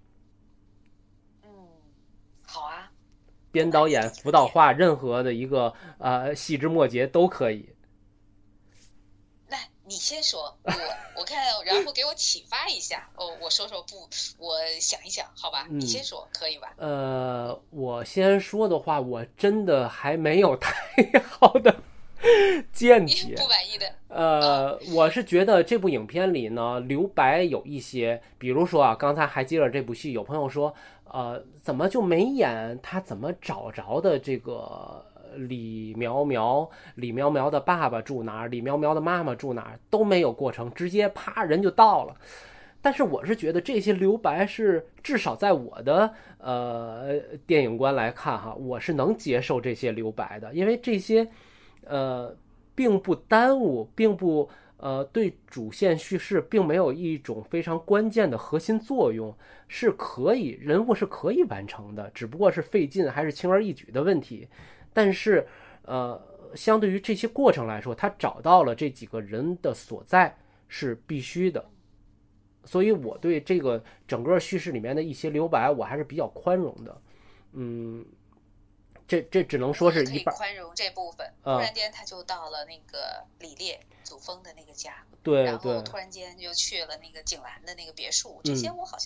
好啊， 编导演、辅导画，任何的一个呃细枝末节都可以。 那你先说，我我看，然后给我启发一下。哦，我说说不，我想一想，好吧？ 嗯、 你先说，可以吧？ 呃，我先说的话，我真的还没有太好的见解。 不满意的？ 呃， 哦、 我是觉得这部影片里呢，留白有一些，比如说啊，刚才还接着这部戏，有朋友说。呃，怎么就没演他怎么找着的这个李苗苗？李苗苗的爸爸住哪儿？李苗苗的妈妈住哪儿？都没有过程，直接啪人就到了。但是我是觉得这些留白是至少在我的呃电影观来看哈，我是能接受这些留白的，因为这些呃并不耽误，并不。呃，对主线叙事并没有一种非常关键的核心作用，是可以人物是可以完成的，只不过是费劲还是轻而易举的问题。但是，呃，相对于这些过程来说，他找到了这几个人的所在是必须的，所以我对这个整个叙事里面的一些留白，我还是比较宽容的。嗯。这这只能说是一半宽容这部分，突然间他就到了那个李烈祖峰的那个家， 对， 然后突然间就去了那个景兰的那个别墅，这些我好像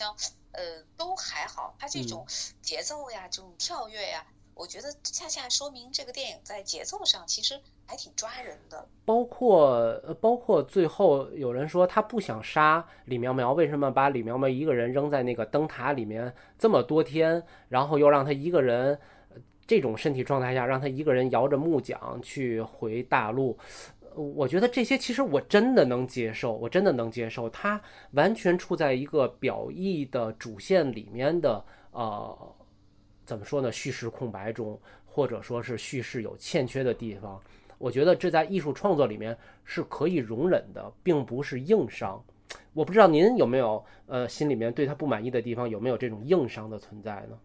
呃，都还好。它这种节奏呀，这种跳跃呀，我觉得恰恰说明这个电影在节奏上其实还挺抓人的。 包括呃包括最后有人说他不想杀李苗苗，为什么把李苗苗一个人扔在那个灯塔里面这么多天，然后又让他一个人这种身体状态下让他一个人摇着木桨去回大陆。我觉得这些其实我真的能接受，我真的能接受。他完全处在一个表意的主线里面的呃，怎么说呢？叙事空白中，或者说是叙事有欠缺的地方。我觉得这在艺术创作里面是可以容忍的，并不是硬伤。我不知道您有没有呃心里面对他不满意的地方，有没有这种硬伤的存在呢？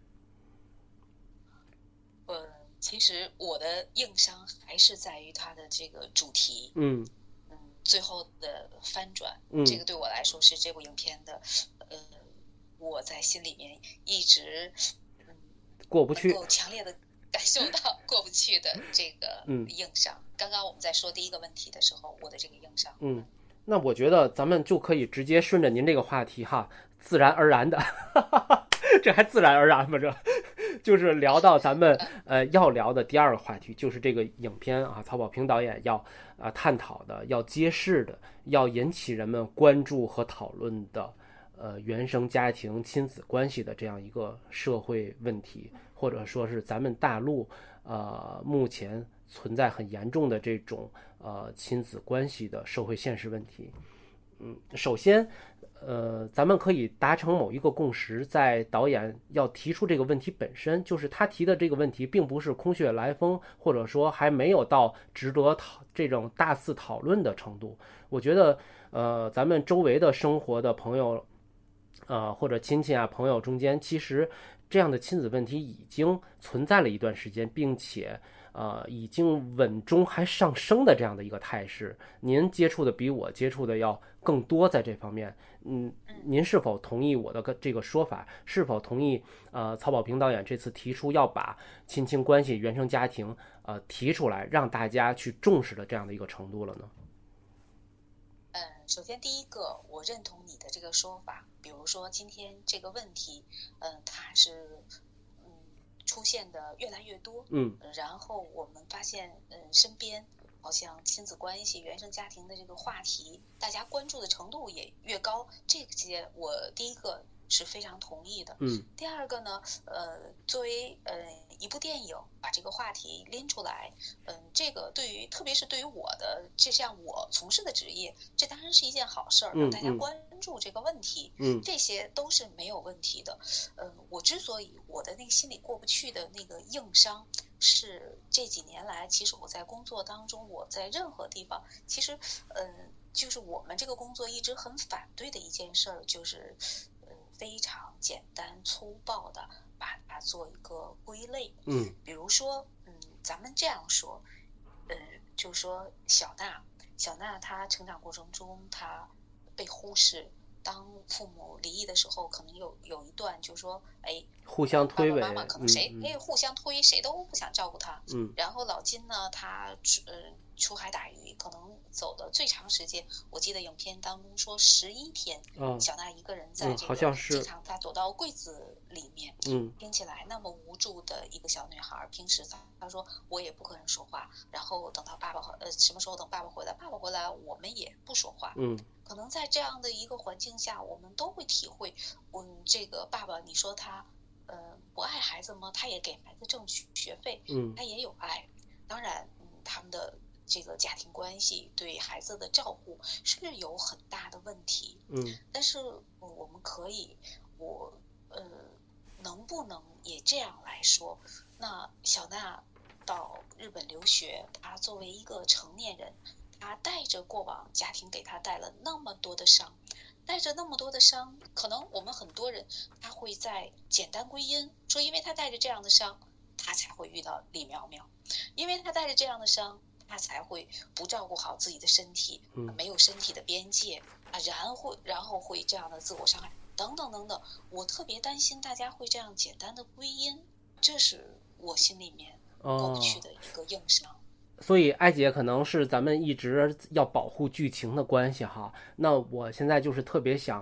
呃，其实我的硬伤还是在于它的这个主题， 嗯嗯，最后的翻转， 嗯， 这个对我来说是这部影片的，呃，我在心里面一直嗯过不去， 能够强烈的感受到过不去的这个硬伤。嗯、刚刚我们在说第一个问题的时候，我的这个硬伤， 嗯，那我觉得咱们就可以直接顺着您这个话题哈，自然而然的，这还自然而然吗？这就是聊到咱们呃要聊的第二个话题，就是这个影片啊，曹保平导演要啊、呃、探讨的、要揭示的、要引起人们关注和讨论的呃原生家庭亲子关系的这样一个社会问题，或者说是咱们大陆呃目前存在很严重的这种呃亲子关系的社会现实问题。嗯，首先，呃，咱们可以达成某一个共识，在导演要提出这个问题本身，就是他提的这个问题并不是空穴来风，或者说还没有到值得讨这种大肆讨论的程度。我觉得，呃，咱们周围的生活的朋友，呃，或者亲戚啊、朋友中间，其实这样的亲子问题已经存在了一段时间，并且。呃，已经稳中还上升的这样的一个态势，您接触的比我接触的要更多，在这方面，嗯，您是否同意我的这个说法？是否同意呃曹保平导演这次提出要把亲情关系、原生家庭呃提出来，让大家去重视的这样的一个程度了呢？ 嗯，首先第一个，我认同你的这个说法。比如说今天这个问题，嗯，它是。出现的越来越多， 嗯， 然后我们发现，嗯，身边好像亲子关系、原生家庭的这个话题，大家关注的程度也越高。这些我第一个是非常同意的。 嗯， 第二个呢，呃，作为呃一部电影把这个话题拎出来，嗯、呃，这个对于特别是对于我的就像我从事的职业，这当然是一件好事儿，让大家关注这个问题， 嗯， 这些都是没有问题的。嗯、呃，我之所以我的那个心里过不去的那个硬伤，是这几年来，其实我在工作当中，我在任何地方，其实，嗯、呃，就是我们这个工作一直很反对的一件事儿，就是。非常简单粗暴的把它做一个归类， 嗯， 比如说，嗯，咱们这样说，呃，就是说小娜，小娜她成长过程中她被忽视，当父母离异的时候，可能有有一段就是说，哎， 互相推诿， 爸爸妈妈可能谁嗯、 哎互相推，谁都不想照顾他， 嗯， 然后老金呢，他呃出海打鱼，可能走的最长时间，我记得影片当中说十一天， 哦， 小娜一个人在这个机场，她躲到柜子里面， 嗯， 听起来那么无助的一个小女孩，平时她说我也不和人说话，然后等到爸爸呃什么时候等爸爸回来，爸爸回来我们也不说话， 嗯， 可能在这样的一个环境下，我们都会体会，嗯，这个爸爸你说他呃不爱孩子吗？他也给孩子挣学费， 嗯， 他也有爱，当然，嗯，他们的这个家庭关系对孩子的照顾是有很大的问题， 嗯， 但是我们可以，我呃，能不能也这样来说？那小娜到日本留学，她作为一个成年人，她带着过往家庭给她带了那么多的伤，带着那么多的伤，可能我们很多人他会在简单归因说，因为他带着这样的伤，他才会遇到李苗苗，因为他带着这样的伤，他才会不照顾好自己的身体，没有身体的边界啊，然后然后会这样的自我伤害等等等等。我特别担心大家会这样简单的归因，这是我心里面过不去的一个硬伤。哦， 所以艾姐可能是咱们一直要保护剧情的关系哈，那我现在就是特别想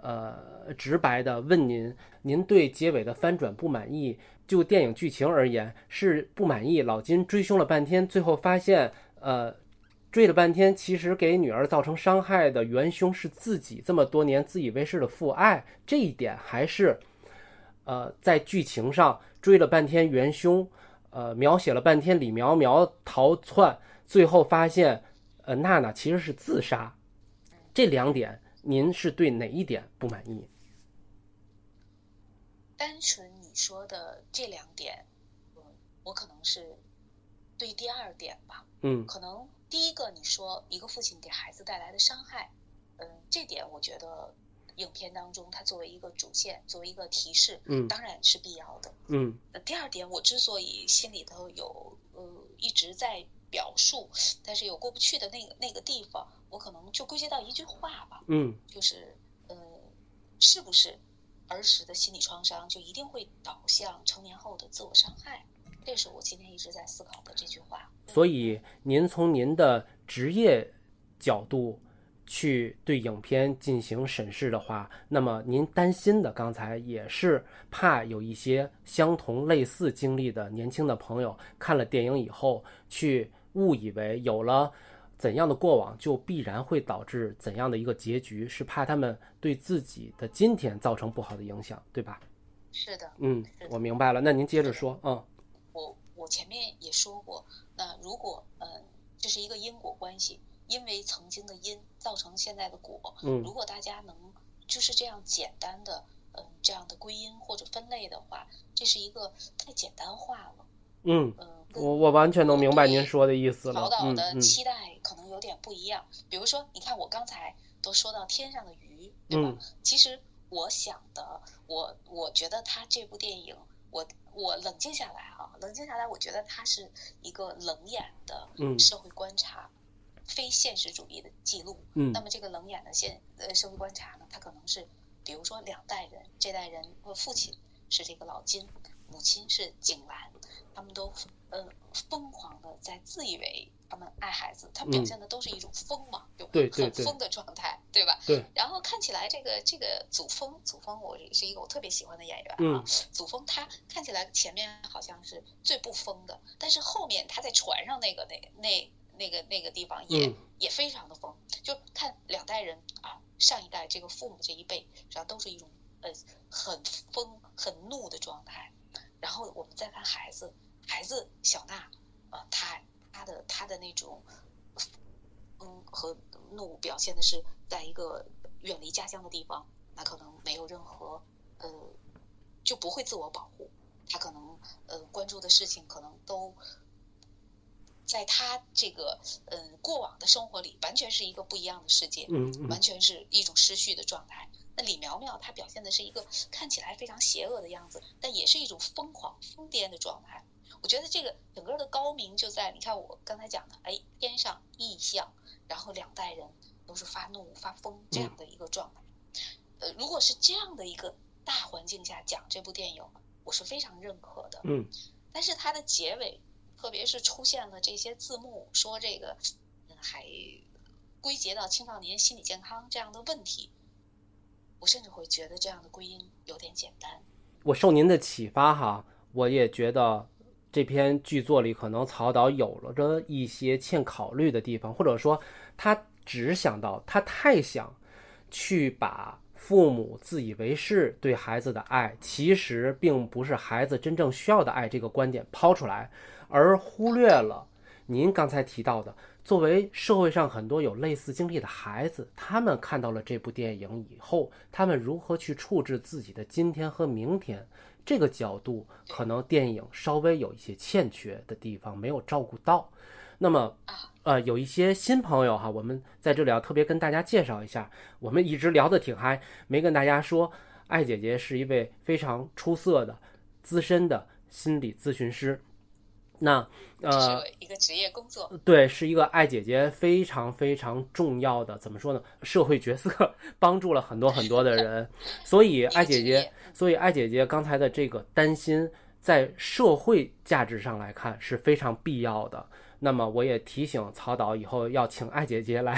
呃直白的问您，您对结尾的翻转不满意？就电影剧情而言，是不满意老金追凶了半天，最后发现呃追了半天，其实给女儿造成伤害的元凶是自己这么多年自以为是的父爱，这一点还是呃在剧情上追了半天元凶，呃描写了半天李苗苗逃窜，最后发现呃娜娜其实是自杀，这两点您是对哪一点不满意？ 单纯你说的这两点，嗯，我可能是对第二点吧。 嗯， 可能第一个你说一个父亲给孩子带来的伤害，嗯，这点我觉得影片当中它作为一个主线，作为一个提示， 嗯， 当然是必要的。 嗯， 第二点，我之所以心里头有呃一直在表述，但是有过不去的那个那个地方，我可能就归结到一句话吧， 嗯， 就是呃，是不是儿时的心理创伤就一定会导向成年后的自我伤害？这是我今天一直在思考的这句话。 所以您从您的职业角度去对影片进行审视的话，那么您担心的刚才也是怕有一些相同类似经历的年轻的朋友看了电影以后去误以为有了怎样的过往就必然会导致怎样的一个结局，是怕他们对自己的今天造成不好的影响，对吧？ 是的， 嗯，我明白了，那您接着说。嗯， 我我前面也说过，那如果嗯这是一个因果关系，因为曾经的因造成现在的果， 嗯， 如果大家能就是这样简单的嗯这样的归因或者分类的话，这是一个太简单化了。 嗯， 嗯， 我我完全能明白您说的意思了。 曹导的嗯期待可能有点不一样。比如说，你看我刚才都说到天上的鱼，对吧？ 嗯， 其实我想的，我我觉得他这部电影，我我冷静下来啊，冷静下来，我觉得它是一个冷眼的社会观察，嗯、非现实主义的记录。 嗯， 那么这个冷眼的现呃社会观察呢，它可能是，比如说两代人，这代人或父亲是这个老金，母亲是景兰，他们都呃疯狂的在自以为他们爱孩子，他们表现的都是一种疯嘛， 嗯、 就很疯的状态， 对, 对, 对, 对吧？ 对。 然后看起来这个这个祖峰，祖峰我是一个我特别喜欢的演员啊， 嗯、 祖峰他看起来前面好像是最不疯的，但是后面他在船上那个那那那个那个地方也、 嗯、 也非常的疯，就看两代人啊，上一代这个父母这一辈实际上都是一种呃很疯很怒的状态，然后我们再看孩子。孩子小娜，呃，他他的他的那种，嗯和怒表现的是在一个远离家乡的地方，那可能没有任何呃，就不会自我保护，他可能呃关注的事情可能都在他这个嗯、呃、过往的生活里完全是一个不一样的世界， 嗯嗯， 完全是一种失序的状态。那李苗苗她表现的是一个看起来非常邪恶的样子，但也是一种疯狂疯癫的状态。我觉得这个整个的高明就在你看我刚才讲的，哎，天上异象，然后两代人都是发怒发疯这样的一个状态。呃，如果是这样的一个大环境下讲这部电影，我是非常认可的。 嗯， 但是它的结尾，特别是出现了这些字幕，说这个还归结到青少年心理健康这样的问题，我甚至会觉得这样的归因有点简单。 我受您的启发哈，我也觉得这篇剧作里可能曹导有了着一些欠考虑的地方，或者说他只想到他太想去把父母自以为是对孩子的爱，其实并不是孩子真正需要的爱这个观点抛出来，而忽略了您刚才提到的，作为社会上很多有类似经历的孩子，他们看到了这部电影以后，他们如何去处置自己的今天和明天，这个角度可能电影稍微有一些欠缺的地方没有照顾到。那么呃，有一些新朋友哈，我们在这里要特别跟大家介绍一下，我们一直聊得挺嗨，没跟大家说艾姐姐是一位非常出色的资深的心理咨询师。那呃， 是一个职业工作， 对，是一个艾姐姐非常非常重要的，怎么说呢？社会角色，帮助了很多很多的人，所以艾姐姐，所以艾姐姐刚才的这个担心，在社会价值上来看是非常必要的。 那么我也提醒曹导以后要请艾姐姐来。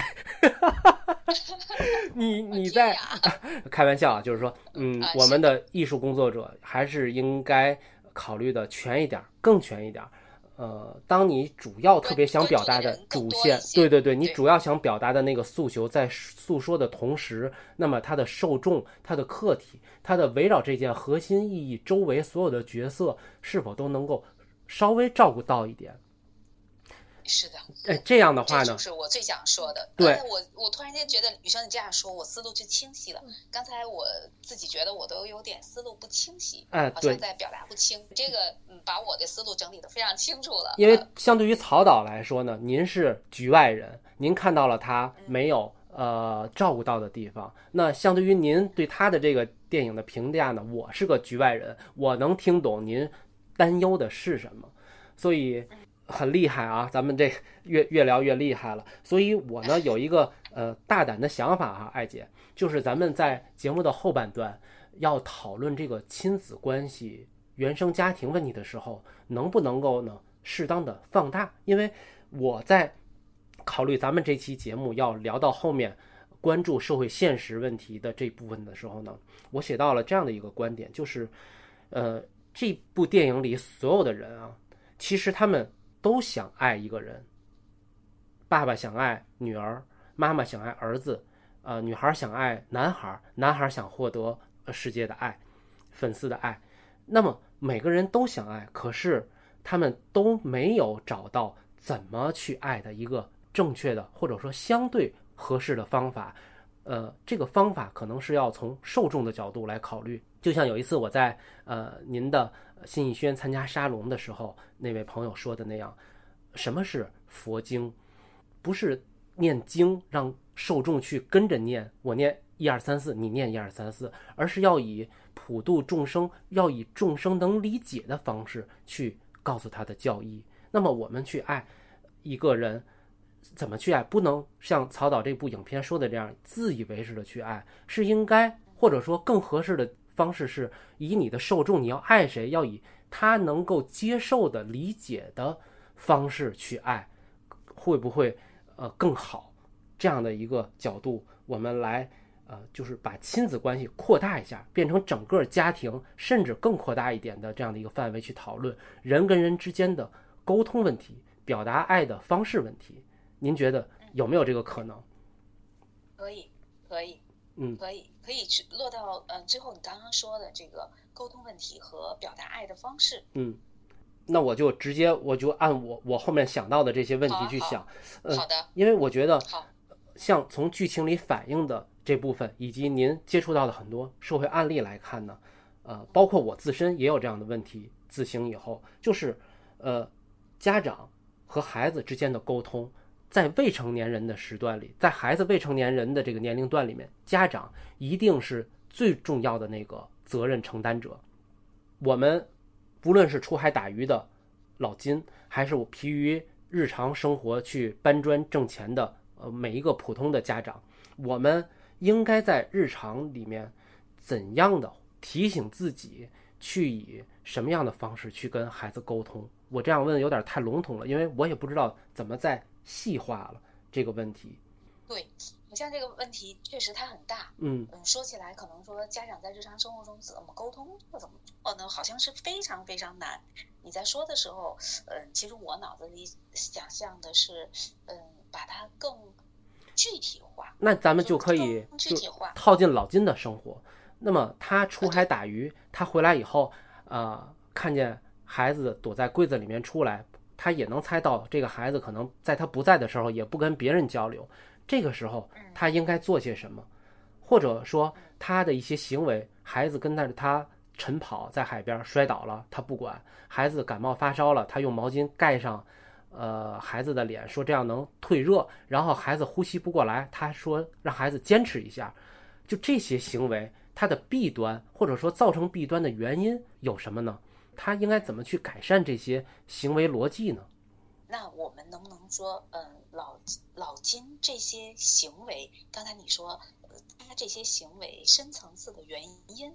你你在开玩笑啊，就是说，嗯，我们的艺术工作者还是应该考虑的全一点，更全一点。呃，当你主要特别想表达的主线，对对对，你主要想表达的那个诉求在诉说的同时，那么它的受众、它的客体、它的围绕这件核心意义周围所有的角色是否都能够稍微照顾到一点。 是的， 哎，这样的话呢， 这就是我最想说的。 对， 我我突然间觉得雨生你这样说，我思路就清晰了。刚才我自己觉得我都有点思路不清晰， 哎， 好像在表达不清。这个嗯，把我的思路整理得非常清楚了。 因为相对于曹导来说呢，您是局外人，您看到了他没有、嗯、呃照顾到的地方。那相对于您对他的这个电影的评价呢，我是个局外人，我能听懂您担忧的是什么，所以。很厉害啊，咱们这越越聊越厉害了。所以我呢有一个呃大胆的想法哈、啊，艾姐，就是咱们在节目的后半段要讨论这个亲子关系、原生家庭问题的时候，能不能够呢适当的放大？因为我在考虑咱们这期节目要聊到后面关注社会现实问题的这部分的时候呢，我写到了这样的一个观点，就是呃这部电影里所有的人啊，其实他们都想爱一个人，爸爸想爱女儿，妈妈想爱儿子，呃，女孩想爱男孩，男孩想获得世界的爱，粉丝的爱。那么每个人都想爱，可是他们都没有找到怎么去爱的一个正确的或者说相对合适的方法。呃，这个方法可能是要从受众的角度来考虑。就像有一次我在呃您的信义轩参加沙龙的时候，那位朋友说的那样，什么是佛经？不是念经让受众去跟着念，我念一二三四，你念一二三四，而是要以普度众生，要以众生能理解的方式去告诉他的教义。那么我们去爱一个人，怎么去爱？不能像曹导这部影片说的这样自以为是的去爱，是应该或者说更合适的方式是以你的受众，你要爱谁，要以他能够接受的理解的方式去爱，会不会呃更好？这样的一个角度，我们来呃就是把亲子关系扩大一下，变成整个家庭，甚至更扩大一点的这样的一个范围去讨论人跟人之间的沟通问题，表达爱的方式问题。您觉得有没有这个可能？ 可以，可以， 嗯， 可以，可以去落到嗯、呃、最后你刚刚说的这个沟通问题和表达爱的方式。 嗯，那我就直接我就按我我后面想到的这些问题去想。 好, 呃、 好的， 因为我觉得好， 像从剧情里反映的这部分，以及您接触到的很多社会案例来看呢，呃，包括我自身也有这样的问题，自省以后就是呃家长和孩子之间的沟通。在未成年人的时段里，在孩子未成年人的这个年龄段里面，家长一定是最重要的那个责任承担者。我们不论是出海打鱼的老金，还是我疲于日常生活去搬砖挣钱的呃每一个普通的家长，我们应该在日常里面怎样的提醒自己，去以什么样的方式去跟孩子沟通？我这样问有点太笼统了，因为我也不知道怎么在细化了这个问题。 对，你像这个问题确实它很大。 嗯嗯，说起来可能说家长在日常生活中怎么沟通或怎么做呢，好像是非常非常难。你在说的时候，嗯，其实我脑子里想象的是，嗯，把它更具体化。 那咱们就可以具体化套进老金的生活。那么他出海打鱼，他回来以后，呃，看见孩子躲在柜子里面出来，他也能猜到这个孩子可能在他不在的时候也不跟别人交流，这个时候他应该做些什么？或者说他的一些行为，孩子跟着他晨跑在海边摔倒了，他不管；孩子感冒发烧了，他用毛巾盖上呃孩子的脸，说这样能退热，然后孩子呼吸不过来，他说让孩子坚持一下。就这些行为，它的弊端或者说造成弊端的原因有什么呢？他应该怎么去改善这些行为逻辑呢？ 那我们能不能说，嗯，老老金这些行为，刚才你说，呃，他这些行为深层次的原因，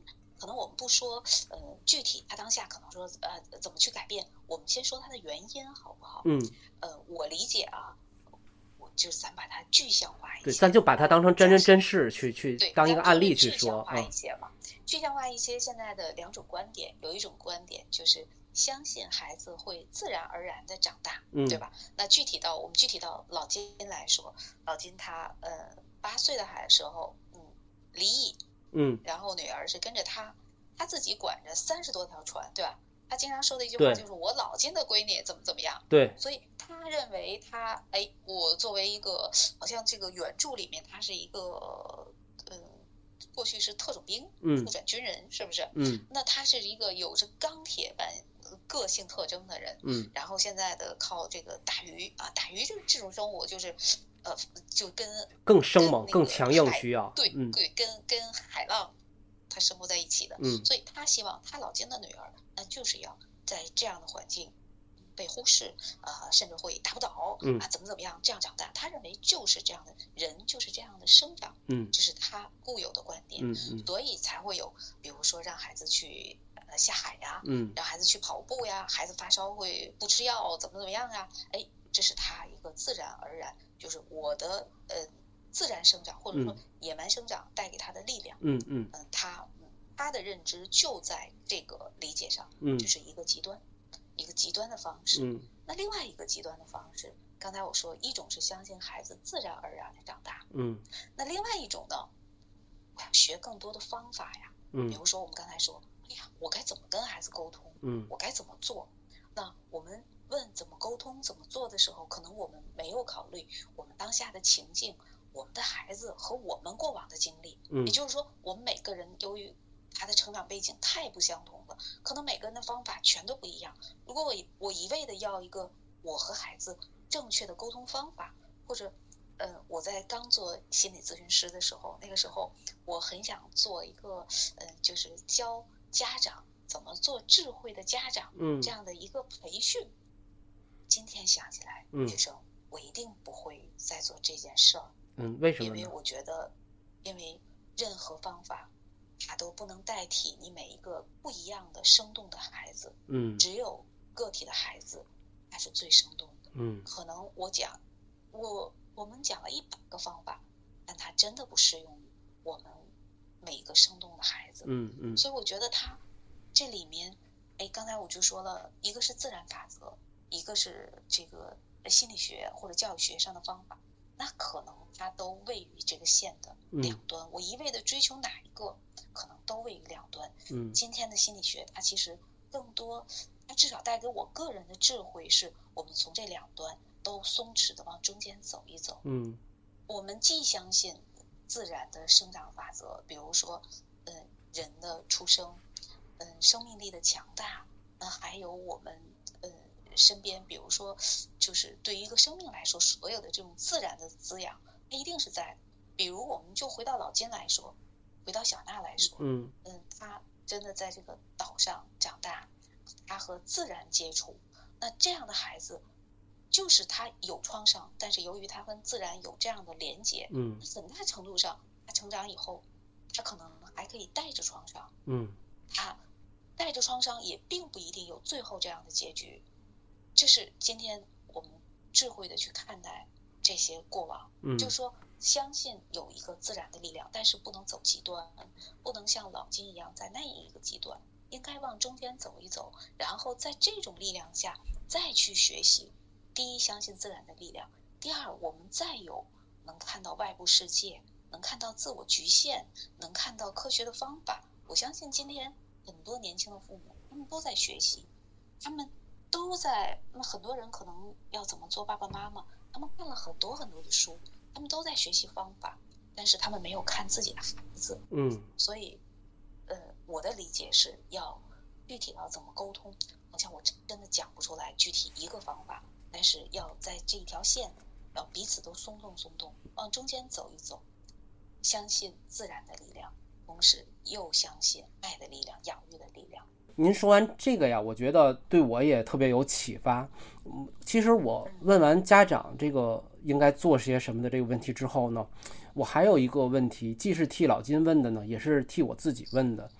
可能我们不说呃具体他当下可能说呃怎么去改变，我们先说他的原因好不好？ 嗯， 呃，我理解啊，我就是咱把它具象化一些， 对，咱就把它当成真人真事去去当一个案例去说具象化一些嘛。嗯、具象化一些，现在的两种观点，有一种观点就是相信孩子会自然而然的长大， 嗯， 对吧？那具体到我们具体到老金来说，老金他呃八岁的孩时候，嗯，离异， 嗯， 然后女儿是跟着他，他自己管着三十多条船，对吧？他经常说的一句话就是我老金的闺女怎么怎么样， 对， 所以他认为他哎，我作为一个好像这个原著里面他是一个嗯，过去是特种兵， 嗯， 复转军人，是不是？ 嗯， 那他是一个有着钢铁般个性特征的人， 嗯， 然后现在的靠这个打鱼啊，打鱼这这种生活就是呃，就跟更生猛、更强硬需要， 对、 嗯、 对，跟跟海浪。他生活在一起的， 嗯， 所以他希望他老金的女儿，那就是要在这样的环境被忽视，啊、呃，甚至会打不倒， 嗯啊，怎么怎么样，这样长大。他认为就是这样的人，就是这样的生长， 嗯， 这是他固有的观点， 嗯嗯， 所以才会有，比如说让孩子去呃下海呀， 嗯， 让孩子去跑步呀，孩子发烧会不吃药，怎么怎么样呀？哎，这是他一个自然而然，就是我的呃。自然生长或者说野蛮生长带给他的力量， 嗯嗯嗯，他他的认知就在这个理解上， 嗯， 这是一个极端，一个极端的方式。 嗯， 那另外一个极端的方式，刚才我说一种是相信孩子自然而然的长大， 嗯， 那另外一种呢，我要学更多的方法呀， 嗯， 比如说我们刚才说，哎呀，我该怎么跟孩子沟通？ 嗯， 我该怎么做？那我们问怎么沟通、怎么做的时候，可能我们没有考虑我们当下的情境。我们的孩子和我们过往的经历， 嗯， 也就是说，我们每个人由于他的成长背景太不相同了，可能每个人的方法全都不一样。如果我我一味的要一个我和孩子正确的沟通方法，或者，呃，我在刚做心理咨询师的时候，那个时候我很想做一个，呃，就是教家长怎么做智慧的家长， 嗯， 这样的一个培训。今天想起来， 嗯， 女生，我一定不会再做这件事儿。 嗯，为什么呢？ 因为我觉得，因为任何方法，它都不能代替你每一个不一样的生动的孩子。 嗯， 只有个体的孩子，他是最生动的。 嗯， 可能我讲，我我们讲了一百个方法，但它真的不适用于我们每一个生动的孩子。 嗯嗯。 所以我觉得它这里面，哎，刚才我就说了，一个是自然法则，一个是这个心理学或者教育学上的方法。那可能它都位于这个线的两端，嗯、我一味的追求哪一个，可能都位于两端。 嗯， 今天的心理学它其实更多，它至少带给我个人的智慧是，我们从这两端都松弛的往中间走一走。 嗯， 我们既相信自然的生长法则，比如说，嗯、呃，人的出生，嗯、呃，生命力的强大，那、呃、还有我们，嗯、呃。身边，比如说，就是对于一个生命来说，所有的这种自然的滋养，它一定是在的。比如，我们就回到老金来说，回到小娜来说， 嗯嗯，他真的在这个岛上长大，他和自然接触，那这样的孩子，就是他有创伤，但是由于他跟自然有这样的连接， 嗯， 很大程度上，他成长以后，他可能还可以带着创伤， 嗯， 他带着创伤也并不一定有最后这样的结局。这是今天我们智慧的去看待这些过往， 嗯， 就是说相信有一个自然的力量，但是不能走极端，不能像老金一样在那一个极端，应该往中间走一走，然后在这种力量下再去学习。第一，相信自然的力量；第二，我们再有能看到外部世界，能看到自我局限，能看到科学的方法。我相信今天很多年轻的父母，他们都在学习，他们。都在，那很多人可能要怎么做爸爸妈妈，他们看了很多很多的书，他们都在学习方法，但是他们没有看自己的孩子， 嗯， 所以，呃，我的理解是要具体要怎么沟通，好像我真的讲不出来具体一个方法，但是要在这一条线，要彼此都松动松动，往中间走一走，相信自然的力量，同时又相信爱的力量、养育的力量。 您说完这个呀，我觉得对我也特别有启发。其实我问完家长这个应该做些什么的这个问题之后呢，我还有一个问题，既是替老金问的呢，也是替我自己问的，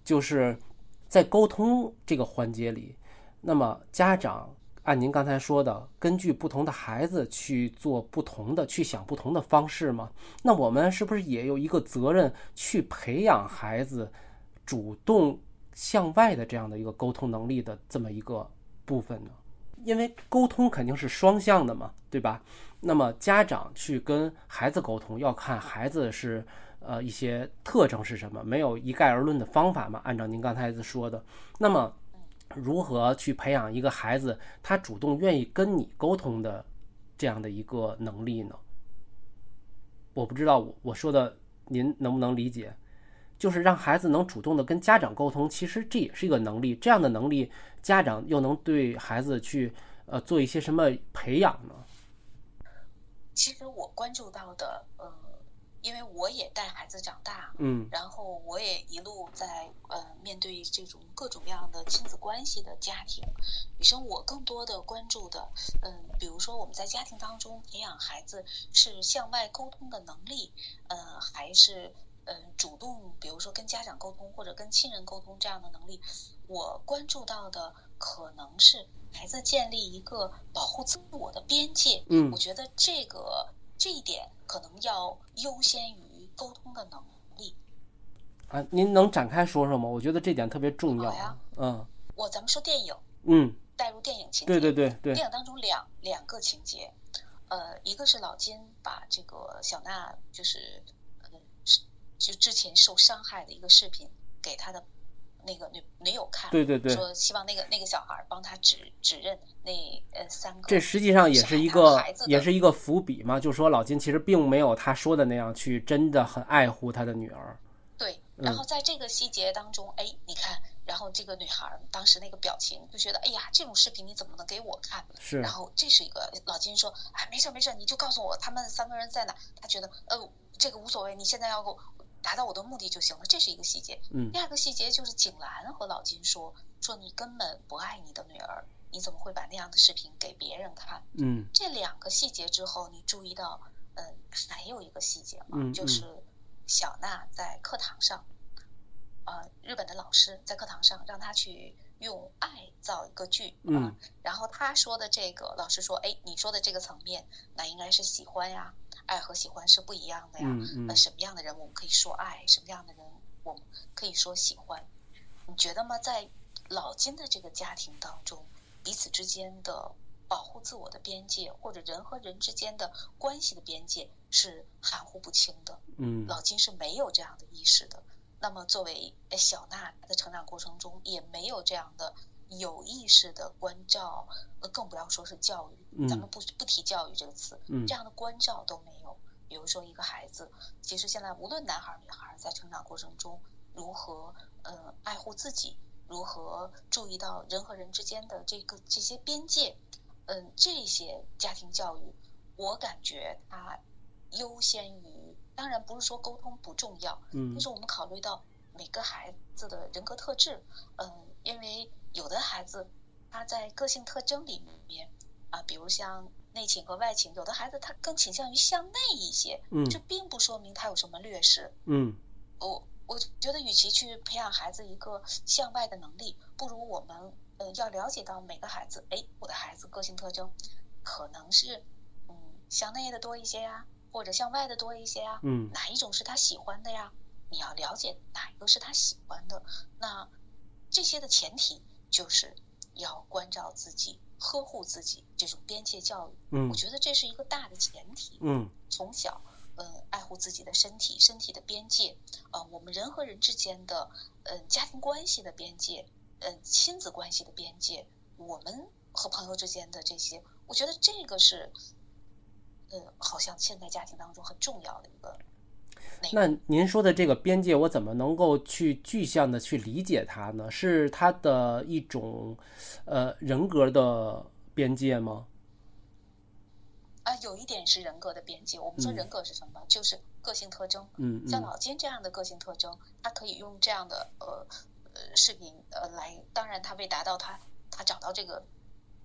就是在沟通这个环节里，那么家长按您刚才说的，根据不同的孩子去做不同的，去想不同的方式嘛？那我们是不是也有一个责任去培养孩子主动向外的这样的一个沟通能力的这么一个部分呢？因为沟通肯定是双向的嘛，对吧？那么家长去跟孩子沟通，要看孩子是呃一些特征是什么，没有一概而论的方法嘛。按照您刚才说的，那么如何去培养一个孩子他主动愿意跟你沟通的这样的一个能力呢？我不知道我我说的您能不能理解？就是让孩子能主动的跟家长沟通，其实这也是一个能力。这样的能力，家长又能对孩子去呃做一些什么培养呢？ 其实我关注到的，呃，因为我也带孩子长大， 嗯， 然后我也一路在呃面对这种各种各样的亲子关系的家庭，女生我更多的关注的，嗯、呃，比如说我们在家庭当中培养孩子是向外沟通的能力，呃，还是呃主动，比如说跟家长沟通或者跟亲人沟通这样的能力，我关注到的可能是孩子建立一个保护自我的边界。 嗯， 我觉得这个这一点可能要优先于沟通的能力啊。您能展开说说吗？我觉得这点特别重要。 好呀， 嗯， 我咱们说电影， 嗯， 带入电影情节， 对对对对， 电影当中两两个情节，呃，一个是老金把这个小娜就是呃就之前受伤害的一个视频给他的那个女女友看， 对对对， 说希望那个那个小孩帮他指指认那呃三个， 这实际上也是一个也是一个伏笔嘛，就说老金其实并没有他说的那样去真的很爱护他的女儿。 对，然后在这个细节当中，哎、嗯，你看，然后这个女孩当时那个表情就觉得，哎呀，这种视频你怎么能给我看？ 是。 然后这是一个老金说，哎，没事没事，你就告诉我他们三个人在哪。他觉得，呃，这个无所谓，你现在要给我达到我的目的就行了，这是一个细节。 嗯。 第二个细节就是景兰和老金说，说你根本不爱你的女儿，你怎么会把那样的视频给别人看？ 嗯。 这两个细节之后，你注意到，嗯、呃，还有一个细节嘛， 嗯嗯、 就是小娜在课堂上。呃，日本的老师在课堂上让他去用爱造一个句， 嗯、 呃，然后他说的这个，老师说，哎，你说的这个层面，那应该是喜欢呀，爱和喜欢是不一样的呀。 嗯嗯、 那什么样的人我们可以说爱，什么样的人我们可以说喜欢？你觉得吗？在老金的这个家庭当中，彼此之间的保护自我的边界，或者人和人之间的关系的边界是含糊不清的。 嗯， 老金是没有这样的意识的。那么作为小娜的成长过程中也没有这样的有意识的关照，呃，更不要说是教育， 嗯、 咱们不不提教育这个词， 嗯， 这样的关照都没有。比如说一个孩子，其实现在无论男孩女孩，在成长过程中如何呃爱护自己，如何注意到人和人之间的这个这些边界，嗯、呃，这些家庭教育，我感觉它优先于。当然不是说沟通不重要， 嗯， 但是我们考虑到每个孩子的人格特质，嗯、呃，因为有的孩子他在个性特征里面啊，比如像内倾和外倾，有的孩子他更倾向于向内一些， 嗯， 这并不说明他有什么劣势， 嗯， 我我觉得与其去培养孩子一个向外的能力，不如我们呃要了解到每个孩子，哎，我的孩子个性特征可能是嗯向内的多一些呀。或者向外的多一些呀， 嗯， 哪一种是他喜欢的呀？你要了解哪一个是他喜欢的。那这些的前提就是要关照自己、呵护自己，这种边界教育。 嗯， 我觉得这是一个大的前提。 嗯， 从小，呃，爱护自己的身体、身体的边界，呃，我们人和人之间的，呃，家庭关系的边界，呃，亲子关系的边界，我们和朋友之间的这些，我觉得这个是。呃，好像现在家庭当中很重要的一个。 那您说的这个边界，我怎么能够去具象的去理解它呢？是它的一种呃人格的边界吗？ 啊，有一点是人格的边界。我们说人格是什么？嗯、就是个性特征。 嗯， 像老金这样的个性特征，他可以用这样的呃呃视频呃来，当然他为达到他他找到这个。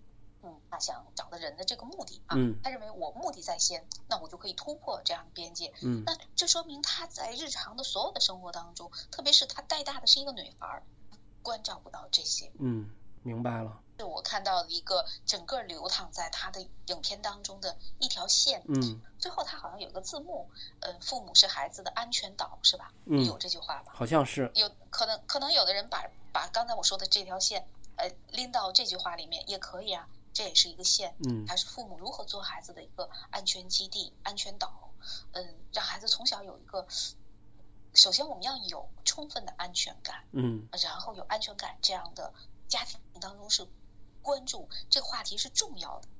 嗯，他想找的人的这个目的啊， 嗯， 他认为我目的在先，那我就可以突破这样的边界。 嗯， 那这说明他在日常的所有的生活当中，特别是他带大的是一个女孩，关照不到这些。 嗯，明白了。 是我看到的一个整个流淌在他的影片当中的一条线。 嗯， 最后他好像有个字幕，呃，父母是孩子的安全岛，是吧？ 嗯， 有这句话吧？ 好像是。 有可能，可能有的人把把刚才我说的这条线，呃，拎到这句话里面也可以啊，这也是一个线。 嗯， 还是父母如何做孩子的一个安全基地、安全岛。嗯，让孩子从小有一个，首先我们要有充分的安全感。 嗯， 然后有安全感这样的家庭当中是关注这个话题是重要的。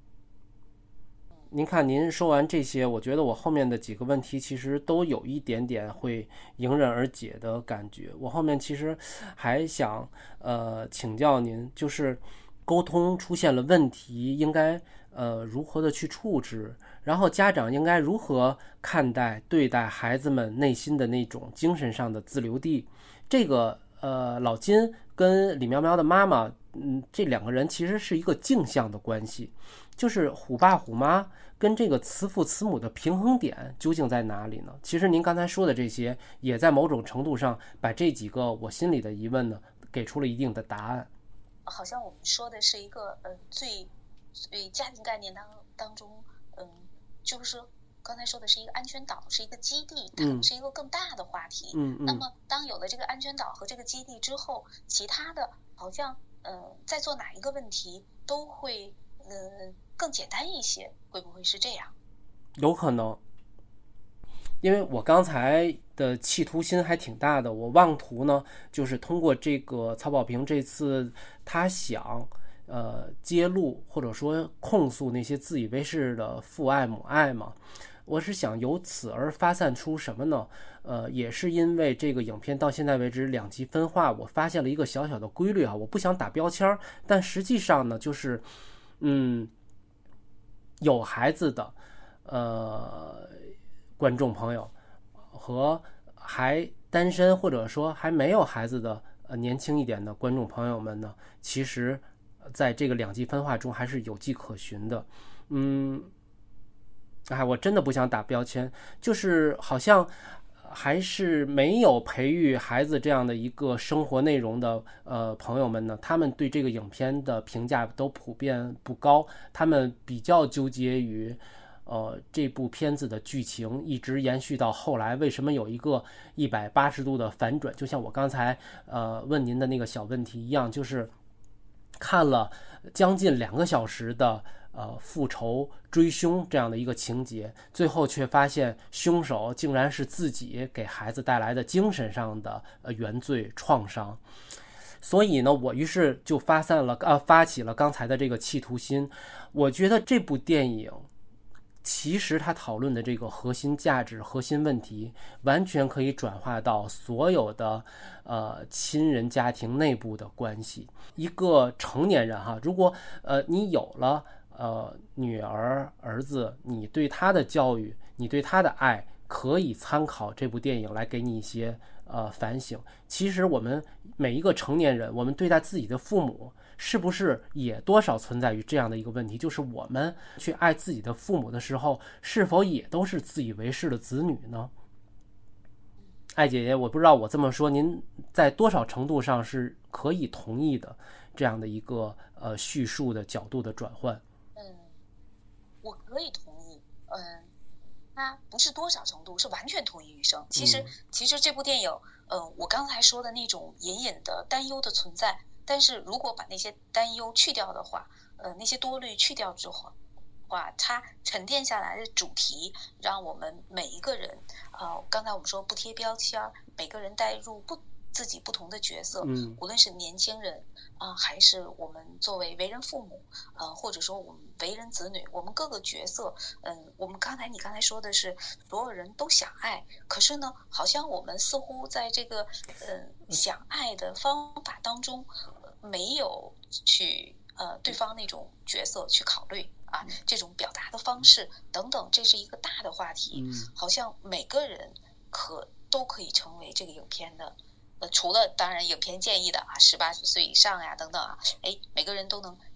您看，您说完这些，我觉得我后面的几个问题其实都有一点点会迎刃而解的感觉。我后面其实还想呃请教您，就是沟通出现了问题，应该呃如何的去处置，然后家长应该如何看待对待孩子们内心的那种精神上的自留地。这个呃老金跟李苗苗的妈妈，嗯，这两个人其实是一个镜像的关系，就是虎爸虎妈跟这个慈父慈母的平衡点究竟在哪里呢？其实您刚才说的这些，也在某种程度上把这几个我心里的疑问呢，给出了一定的答案。 好像我们说的是一个呃最最家庭概念当当中，嗯，就是刚才说的是一个安全岛，是一个基地，它可能是一个更大的话题。 嗯嗯。 那么当有了这个安全岛和这个基地之后，其他的好像呃在做哪一个问题都会呃更简单一些，会不会是这样？ 有可能，因为我刚才的企图心还挺大的，我妄图呢，就是通过这个曹保平这次他想呃揭露或者说控诉那些自以为是的父爱母爱嘛，我是想由此而发散出什么呢？呃，也是因为这个影片到现在为止两极分化，我发现了一个小小的规律啊，我不想打标签，但实际上呢，就是嗯，有孩子的呃观众朋友和还单身或者说还没有孩子的呃年轻一点的观众朋友们呢，其实在这个两极分化中还是有迹可循的。嗯，哎，我真的不想打标签，就是好像还是没有培育孩子这样的一个生活内容的呃朋友们呢，他们对这个影片的评价都普遍不高，他们比较纠结于呃这部片子的剧情一直延续到后来为什么有一个一百八十度的反转，就像我刚才呃问您的那个小问题一样，就是看了将近两个小时的呃复仇追凶这样的一个情节，最后却发现凶手竟然是自己给孩子带来的精神上的呃原罪创伤。所以呢，我于是就发散了呃发起了刚才的这个企图心。我觉得这部电影其实他讨论的这个核心价值、核心问题，完全可以转化到所有的呃亲人家庭内部的关系。一个成年人哈，如果呃你有了呃女儿、儿子，你对他的教育，你对他的爱，可以参考这部电影来给你一些呃反省。其实我们每一个成年人，我们对待自己的父母，是不是也多少存在于这样的一个问题，就是我们去爱自己的父母的时候，是否也都是自以为是的子女呢？艾姐姐，我不知道我这么说您在多少程度上是可以同意的这样的一个呃叙述的角度的转换。 嗯，我可以同意。嗯，它不是多少程度，是完全同意于生。其实、嗯、其实这部电影呃我刚才说的那种隐隐的担忧的存在，但是如果把那些担忧去掉的话，呃，那些多虑去掉之后，话它沉淀下来的主题，让我们每一个人，呃，刚才我们说不贴标签，每个人带入不自己不同的角色， 嗯， 无论是年轻人啊、呃，还是我们作为为人父母，呃，或者说我们为人子女，我们各个角色，嗯、呃，我们刚才你刚才说的是所有人都想爱，可是呢，好像我们似乎在这个呃想爱的方法当中，呃、没有去呃对方那种角色去考虑啊，这种表达的方式等等，这是一个大的话题， 嗯， 好像每个人可都可以成为这个影片的。呃，除了当然影片建议的啊，十八岁以上呀等等啊，哎，每个人都能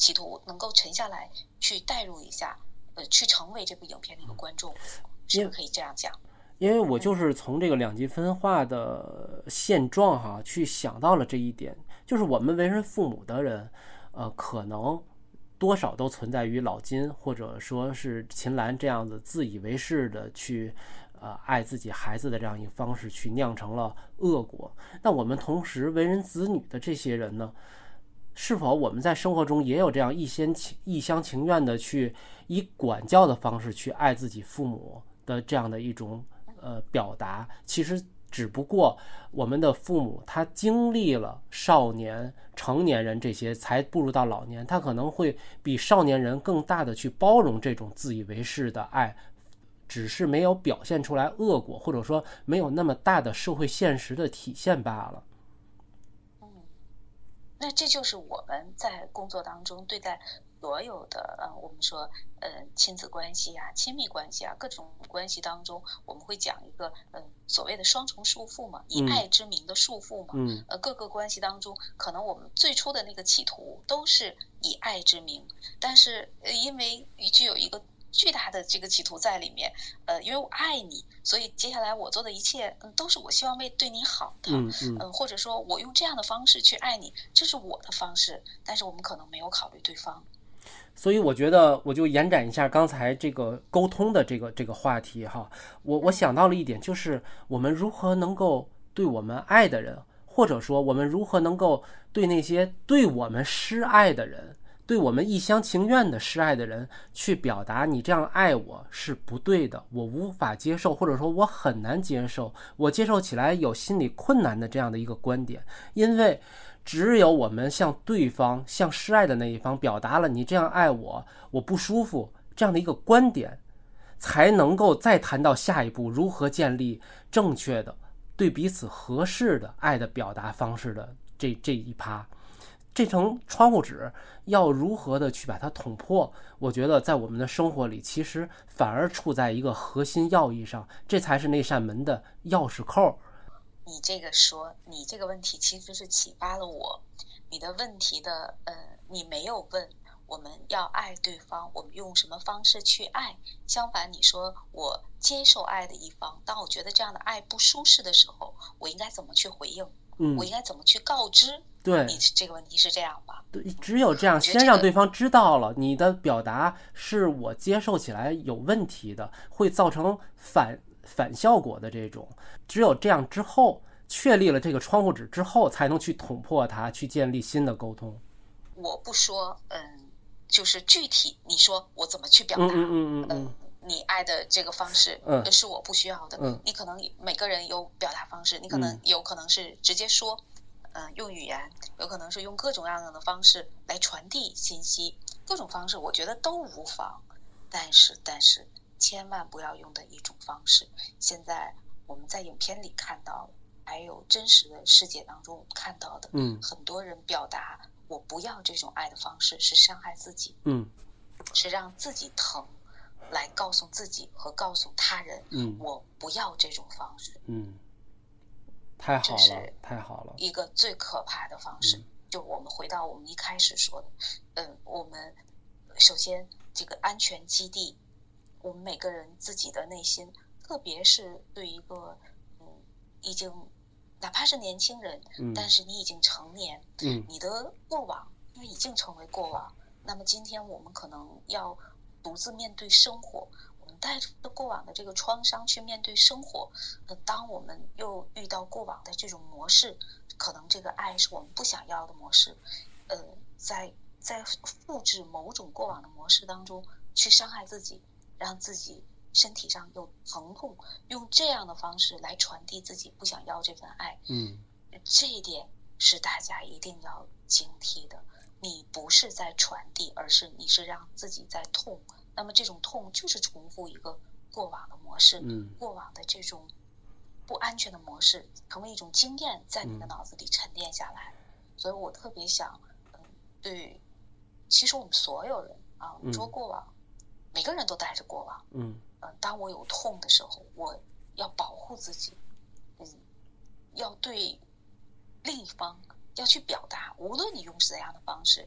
企图能够沉下来去代入一下，呃，去成为这部影片的一个观众，是不是可以这样讲？ 因为我就是从这个两极分化的现状哈，去想到了这一点，就是我们为人父母的人，呃，可能多少都存在于老金或者说是秦岚这样子自以为是的去呃爱自己孩子的这样一个方式，去酿成了恶果。那我们同时为人子女的这些人呢，是否我们在生活中也有这样一厢情一厢情愿的去以管教的方式去爱自己父母的这样的一种呃表达？其实只不过我们的父母他经历了少年、成年人这些，才步入到老年，他可能会比少年人更大的去包容这种自以为是的爱，只是没有表现出来恶果，或者说没有那么大的社会现实的体现罢了。 那这就是我们在工作当中对待所有的呃，我们说呃亲子关系啊、亲密关系啊、各种关系当中，我们会讲一个呃所谓的双重束缚嘛，以爱之名的束缚嘛。 嗯， 呃，各个关系当中，可能我们最初的那个企图都是以爱之名，但是呃因为具有一个巨大的这个企图在里面，呃，因为我爱你，所以接下来我做的一切，嗯，都是我希望为对你好的， 嗯嗯、 呃，或者说我用这样的方式去爱你，这是我的方式，但是我们可能没有考虑对方。 所以我觉得，我就延展一下刚才这个沟通的这个这个话题哈。我我想到了一点，就是我们如何能够对我们爱的人，或者说我们如何能够对那些对我们施爱的人，对我们一厢情愿的施爱的人，去表达你这样爱我是不对的，我无法接受，或者说我很难接受，我接受起来有心理困难的这样的一个观点。因为只有我们向对方、向施爱的那一方表达了你这样爱我，我不舒服这样的一个观点，才能够再谈到下一步如何建立正确的、对彼此合适的爱的表达方式的这这一趴。这层窗户纸要如何的去把它捅破，我觉得在我们的生活里其实反而处在一个核心要义上，这才是那扇门的钥匙扣。 你这个说，你这个问题其实是启发了我。你的问题的，呃，你没有问我们要爱对方，我们用什么方式去爱？相反，你说我接受爱的一方，当我觉得这样的爱不舒适的时候，我应该怎么去回应？ 嗯， 我应该怎么去告知？ 对， 你这个问题是这样吧？ 对，只有这样，先让对方知道了你的表达是我接受起来有问题的，会造成反反效果的这种。只有这样之后，确立了这个窗户纸之后，才能去捅破它，去建立新的沟通。 我不说，嗯，就是具体你说我怎么去表达， 嗯嗯嗯嗯嗯， 你爱的这个方式， 嗯， 是我不需要的。 嗯， 你可能每个人有表达方式，你可能有可能是直接说，嗯、呃，用语言，有可能是用各种各样的方式来传递信息，各种方式我觉得都无妨。但是，但是千万不要用的一种方式。现在我们在影片里看到，还有真实的世界当中看到的， 嗯， 很多人表达我不要这种爱的方式是伤害自己， 嗯， 是让自己疼，来告诉自己和告诉他人， 嗯， 我不要这种方式， 嗯，太好了，太好了， 一个最可怕的方式。嗯、就我们回到我们一开始说的，嗯，我们首先这个安全基地，我们每个人自己的内心，特别是对一个嗯已经哪怕是年轻人， 嗯、 但是你已经成年， 嗯， 你的过往因为已经成为过往，那么今天我们可能要独自面对生活，我们带着过往的这个创伤去面对生活。呃，当我们又遇到过往的这种模式，可能这个爱是我们不想要的模式，呃，在在复制某种过往的模式当中去伤害自己，让自己身体上有疼痛，用这样的方式来传递自己不想要这份爱。 嗯， 这一点是大家一定要警惕的。你不是在传递，而是你是让自己在痛。那么这种痛就是重复一个过往的模式， 嗯， 过往的这种不安全的模式，成为一种经验，在你的脑子里沉淀下来。嗯、所以我特别想，嗯，对，其实我们所有人啊，你说过往，嗯、每个人都带着过往， 嗯， 呃，当我有痛的时候，我要保护自己，嗯，要对另一方。要去表达，无论你用怎样的方式，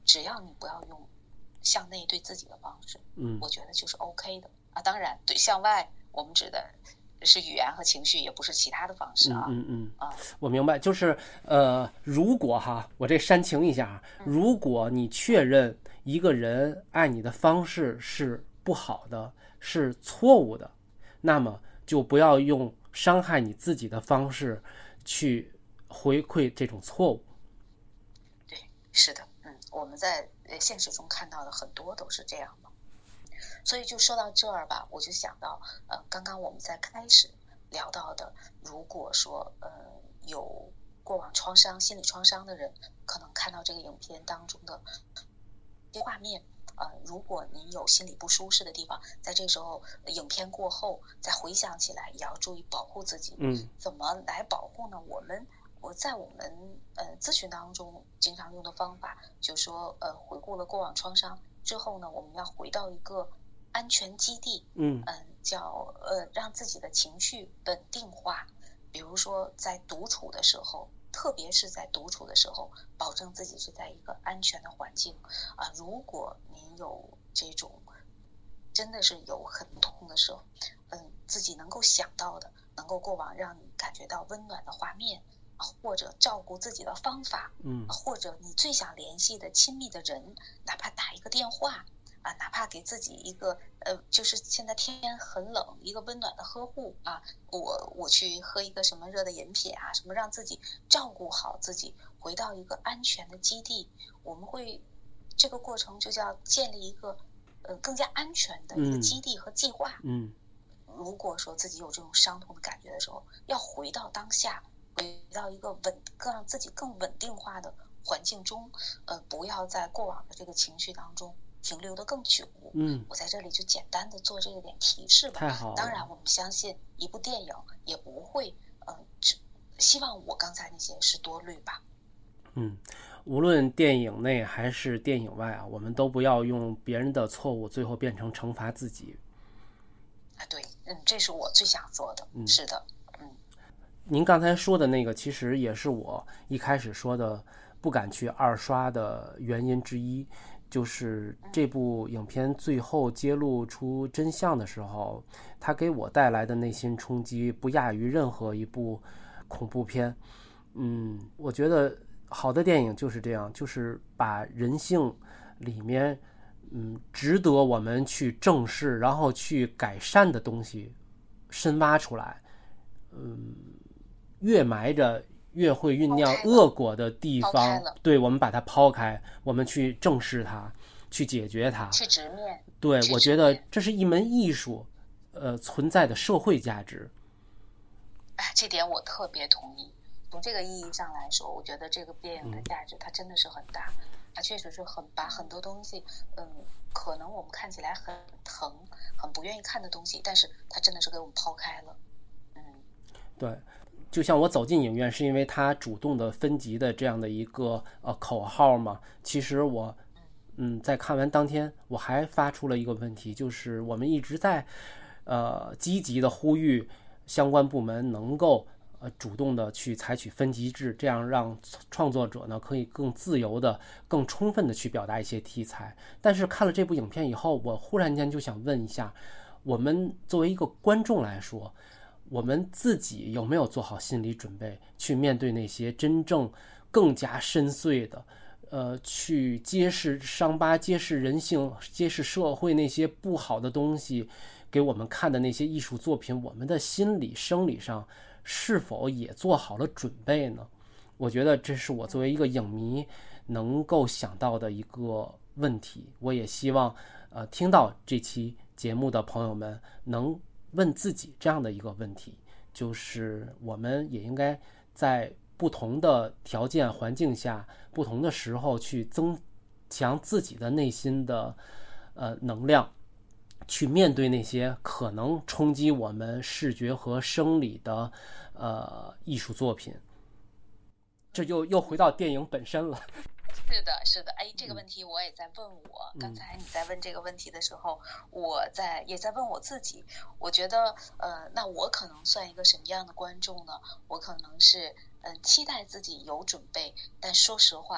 只要你不要用向内对自己的方式， 嗯， 我觉得就是 OK 的啊。当然，对向外，我们指的是语言和情绪，也不是其他的方式啊。 嗯嗯啊， 我明白，就是呃，如果哈，我这煽情一下，如果你确认一个人爱你的方式是不好的，是错误的，那么就不要用伤害你自己的方式去回馈这种错误。 对，是的，嗯，我们在现实中看到的很多都是这样的。所以就说到这儿吧，我就想到，呃，刚刚我们在开始聊到的，如果说呃有过往创伤、心理创伤的人，可能看到这个影片当中的画面，呃，如果您有心里不舒适的地方，在这时候影片过后再回想起来，也要注意保护自己。 嗯， 怎么来保护呢？我们我在我们呃咨询当中经常用的方法，就是说呃回顾了过往创伤之后呢，我们要回到一个安全基地， 嗯嗯，叫呃让自己的情绪稳定化。比如说在独处的时候，特别是在独处的时候，保证自己是在一个安全的环境啊、呃。如果您有这种真的是有很痛的时候，嗯，自己能够想到的，能够过往让你感觉到温暖的画面，或者照顾自己的方法， 嗯， 或者你最想联系的亲密的人，哪怕打一个电话啊，哪怕给自己一个呃，就是现在天很冷，一个温暖的呵护啊，我我去喝一个什么热的饮品啊，什么让自己照顾好自己，回到一个安全的基地。我们会这个过程就叫建立一个呃更加安全的一个基地和计划。 嗯， 如果说自己有这种伤痛的感觉的时候，要回到当下，回到一个稳更让自己更稳定化的环境中，呃，不要在过往的这个情绪当中停留的更久。 嗯， 我在这里就简单的做这个点提示吧。 太好了。 当然，我们相信一部电影也不会，呃，只希望我刚才那些是多虑吧。 嗯，无论电影内还是电影外啊，我们都不要用别人的错误最后变成惩罚自己。 啊，对，嗯，这是我最想做的。嗯，是的，嗯。 您刚才说的那个，其实也是我一开始说的不敢去二刷的原因之一。就是这部影片最后揭露出真相的时候，它给我带来的内心冲击不亚于任何一部恐怖片。嗯，我觉得好的电影就是这样，就是把人性里面嗯值得我们去正视然后去改善的东西深挖出来。嗯，越埋着越会酝酿恶果的地方，对，我们把它抛开，我们去正视它，去解决它， 去直面。 对，我觉得这是一门艺术，呃，存在的社会价值。 哎，这点我特别同意。从这个意义上来说，我觉得这个电影的价值它真的是很大，嗯、它确实是很把很多东西，嗯，可能我们看起来很疼、很不愿意看的东西，但是它真的是给我们抛开了。嗯， 对。就像我走进影院是因为他主动的分级的这样的一个呃口号嘛，其实我嗯在看完当天我还发出了一个问题，就是我们一直在呃积极的呼吁相关部门能够呃主动的去采取分级制，这样让创作者呢可以更自由的更充分的去表达一些题材。但是看了这部影片以后，我忽然间就想问一下，我们作为一个观众来说，我们自己有没有做好心理准备，去面对那些真正更加深邃的，呃，去揭示伤疤、揭示人性、揭示社会那些不好的东西，给我们看的那些艺术作品，我们的心理、生理上是否也做好了准备呢？我觉得这是我作为一个影迷能够想到的一个问题。我也希望，呃，听到这期节目的朋友们能问自己这样的一个问题，就是我们也应该在不同的条件环境下，不同的时候去增强自己的内心的呃能量，去面对那些可能冲击我们视觉和生理的呃艺术作品。这就又回到电影本身了。 是的，是的，哎，这个问题我也在问我。刚才你在问这个问题的时候，我在也在问我自己。我觉得，呃，那我可能算一个什么样的观众呢？我可能是，嗯、呃，期待自己有准备，但说实话，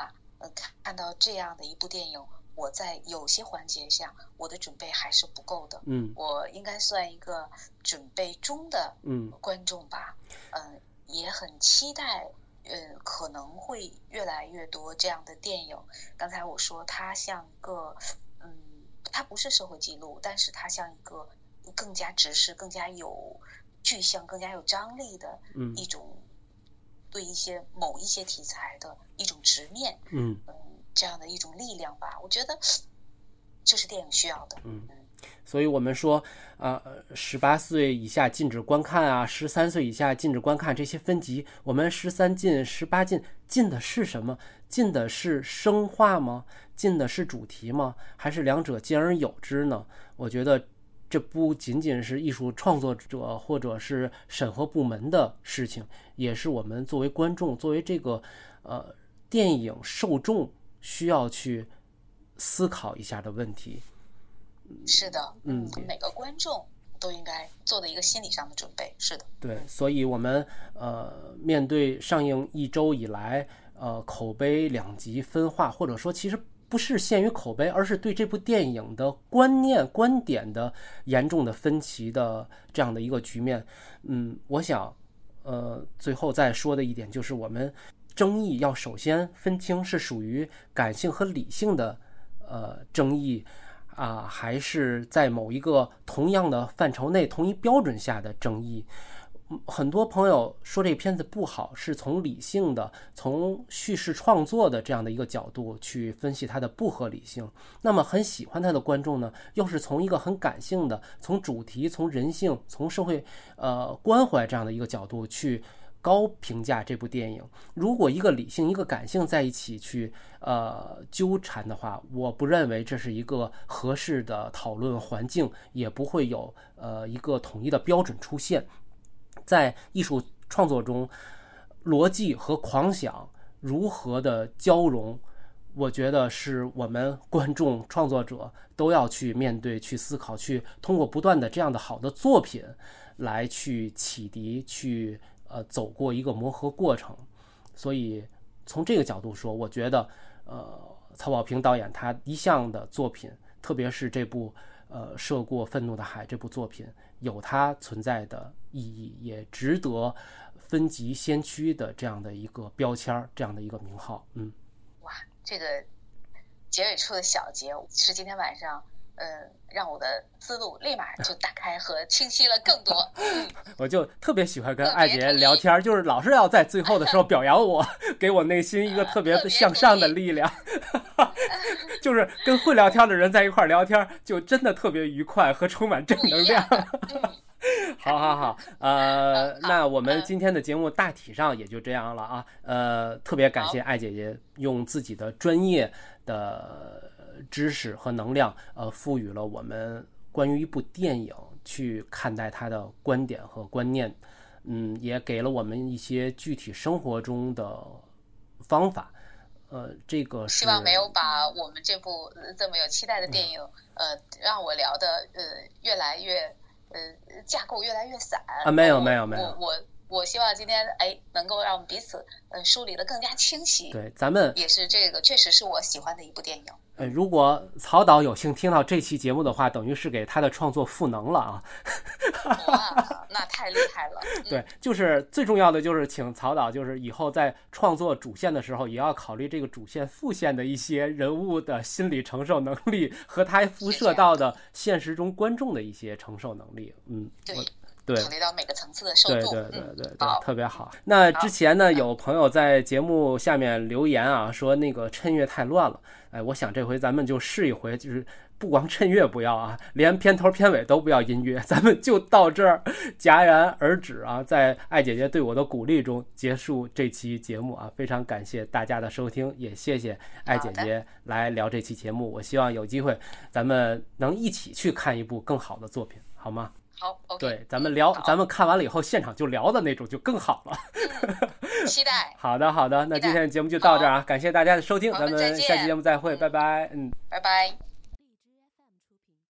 呃，看到这样的一部电影，我在有些环节下我的准备还是不够的。 嗯， 我应该算一个准备中的嗯观众吧。嗯、呃，也很期待。呃，可能会越来越多这样的电影。刚才我说它像一个，嗯，它不是社会记录，但是它像一个更加直视、更加有具象、更加有张力的一种对一些某一些题材的一种直面， 嗯嗯，这样的一种力量吧。我觉得这是电影需要的。 嗯。所以我们说，呃，十八岁以下禁止观看啊，十三岁以下禁止观看这些分级，我们十三禁、十八禁，禁的是什么？禁的是生化吗？禁的是主题吗？还是两者兼而有之呢？我觉得这不仅仅是艺术创作者或者是审核部门的事情，也是我们作为观众、作为这个呃电影受众需要去思考一下的问题。 是的，嗯，每个观众都应该做的一个心理上的准备。是的， 对，所以我们呃面对上映一周以来，呃口碑两极分化，或者说其实不是限于口碑，而是对这部电影的观念、观点的严重的分歧的这样的一个局面。嗯，我想，呃，最后再说的一点就是，我们争议要首先分清是属于感性和理性的呃争议。啊，还是在某一个同样的范畴内、同一标准下的争议。很多朋友说这个片子不好，是从理性的、从叙事创作的这样的一个角度去分析它的不合理性。那么很喜欢它的观众呢，又是从一个很感性的、从主题、从人性、从社会呃关怀这样的一个角度去高评价这部电影。如果一个理性一个感性在一起去呃纠缠的话，我不认为这是一个合适的讨论环境，也不会有呃一个统一的标准出现。在艺术创作中，逻辑和狂想如何的交融，我觉得是我们观众创作者都要去面对、去思考、去通过不断的这样的好的作品来去启迪、去呃走过一个磨合过程。所以从这个角度说，我觉得呃曹保平导演他一向的作品，特别是这部呃涉过愤怒的海这部作品，有它存在的意义，也值得分级先驱的这样的一个标签，这样的一个名号。嗯， 哇，这个结尾处的小结是今天晚上呃，让我的思路立马就打开和清晰了更多。嗯， 我就特别喜欢跟艾姐聊天，就是老是要在最后的时候表扬我，给我内心一个特别向上的力量。就是跟会聊天的人在一块聊天，就真的特别愉快和充满正能量。好好好，呃，那我们今天的节目大体上也就这样了啊。呃，特别感谢艾姐姐用自己的专业的知识和能量，呃，赋予了我们关于一部电影去看待它的观点和观念，嗯，也给了我们一些具体生活中的方法。呃，这个是希望没有把我们这部这么有期待的电影，嗯、呃，让我聊的呃越来越呃架构越来越散啊，没有没有没有， 我我我希望今天哎能够让我们彼此呃梳理的更加清晰。 对，咱们也是这个确实是我喜欢的一部电影。 呃，如果曹导有幸听到这期节目的话，等于是给他的创作赋能了啊！ 哇，那太厉害了！嗯、 对，就是最重要的就是请曹导，就是以后在创作主线的时候，也要考虑这个主线副线的一些人物的心理承受能力和他辐射到的现实中观众的一些承受能力。嗯， 对。 对， 考虑到每个层次的受众， 对对对对对，嗯、特别好。那之前呢，有朋友在节目下面留言啊，说那个衬乐太乱了。哎，我想这回咱们就试一回，就是不光衬乐不要啊，连片头片尾都不要音乐，咱们就到这儿戛然而止啊。在艾姐姐对我的鼓励中结束这期节目啊，非常感谢大家的收听，也谢谢艾姐姐来聊这期节目。我希望有机会咱们能一起去看一部更好的作品，好吗？ 好 ，OK， 对，咱们聊，咱们看完了以后现场就聊的那种就更好了。 嗯、期待。 好的，好的，那今天的节目就到这儿啊，感谢大家的收听，咱们下期节目再会，嗯、拜拜。嗯， 拜拜。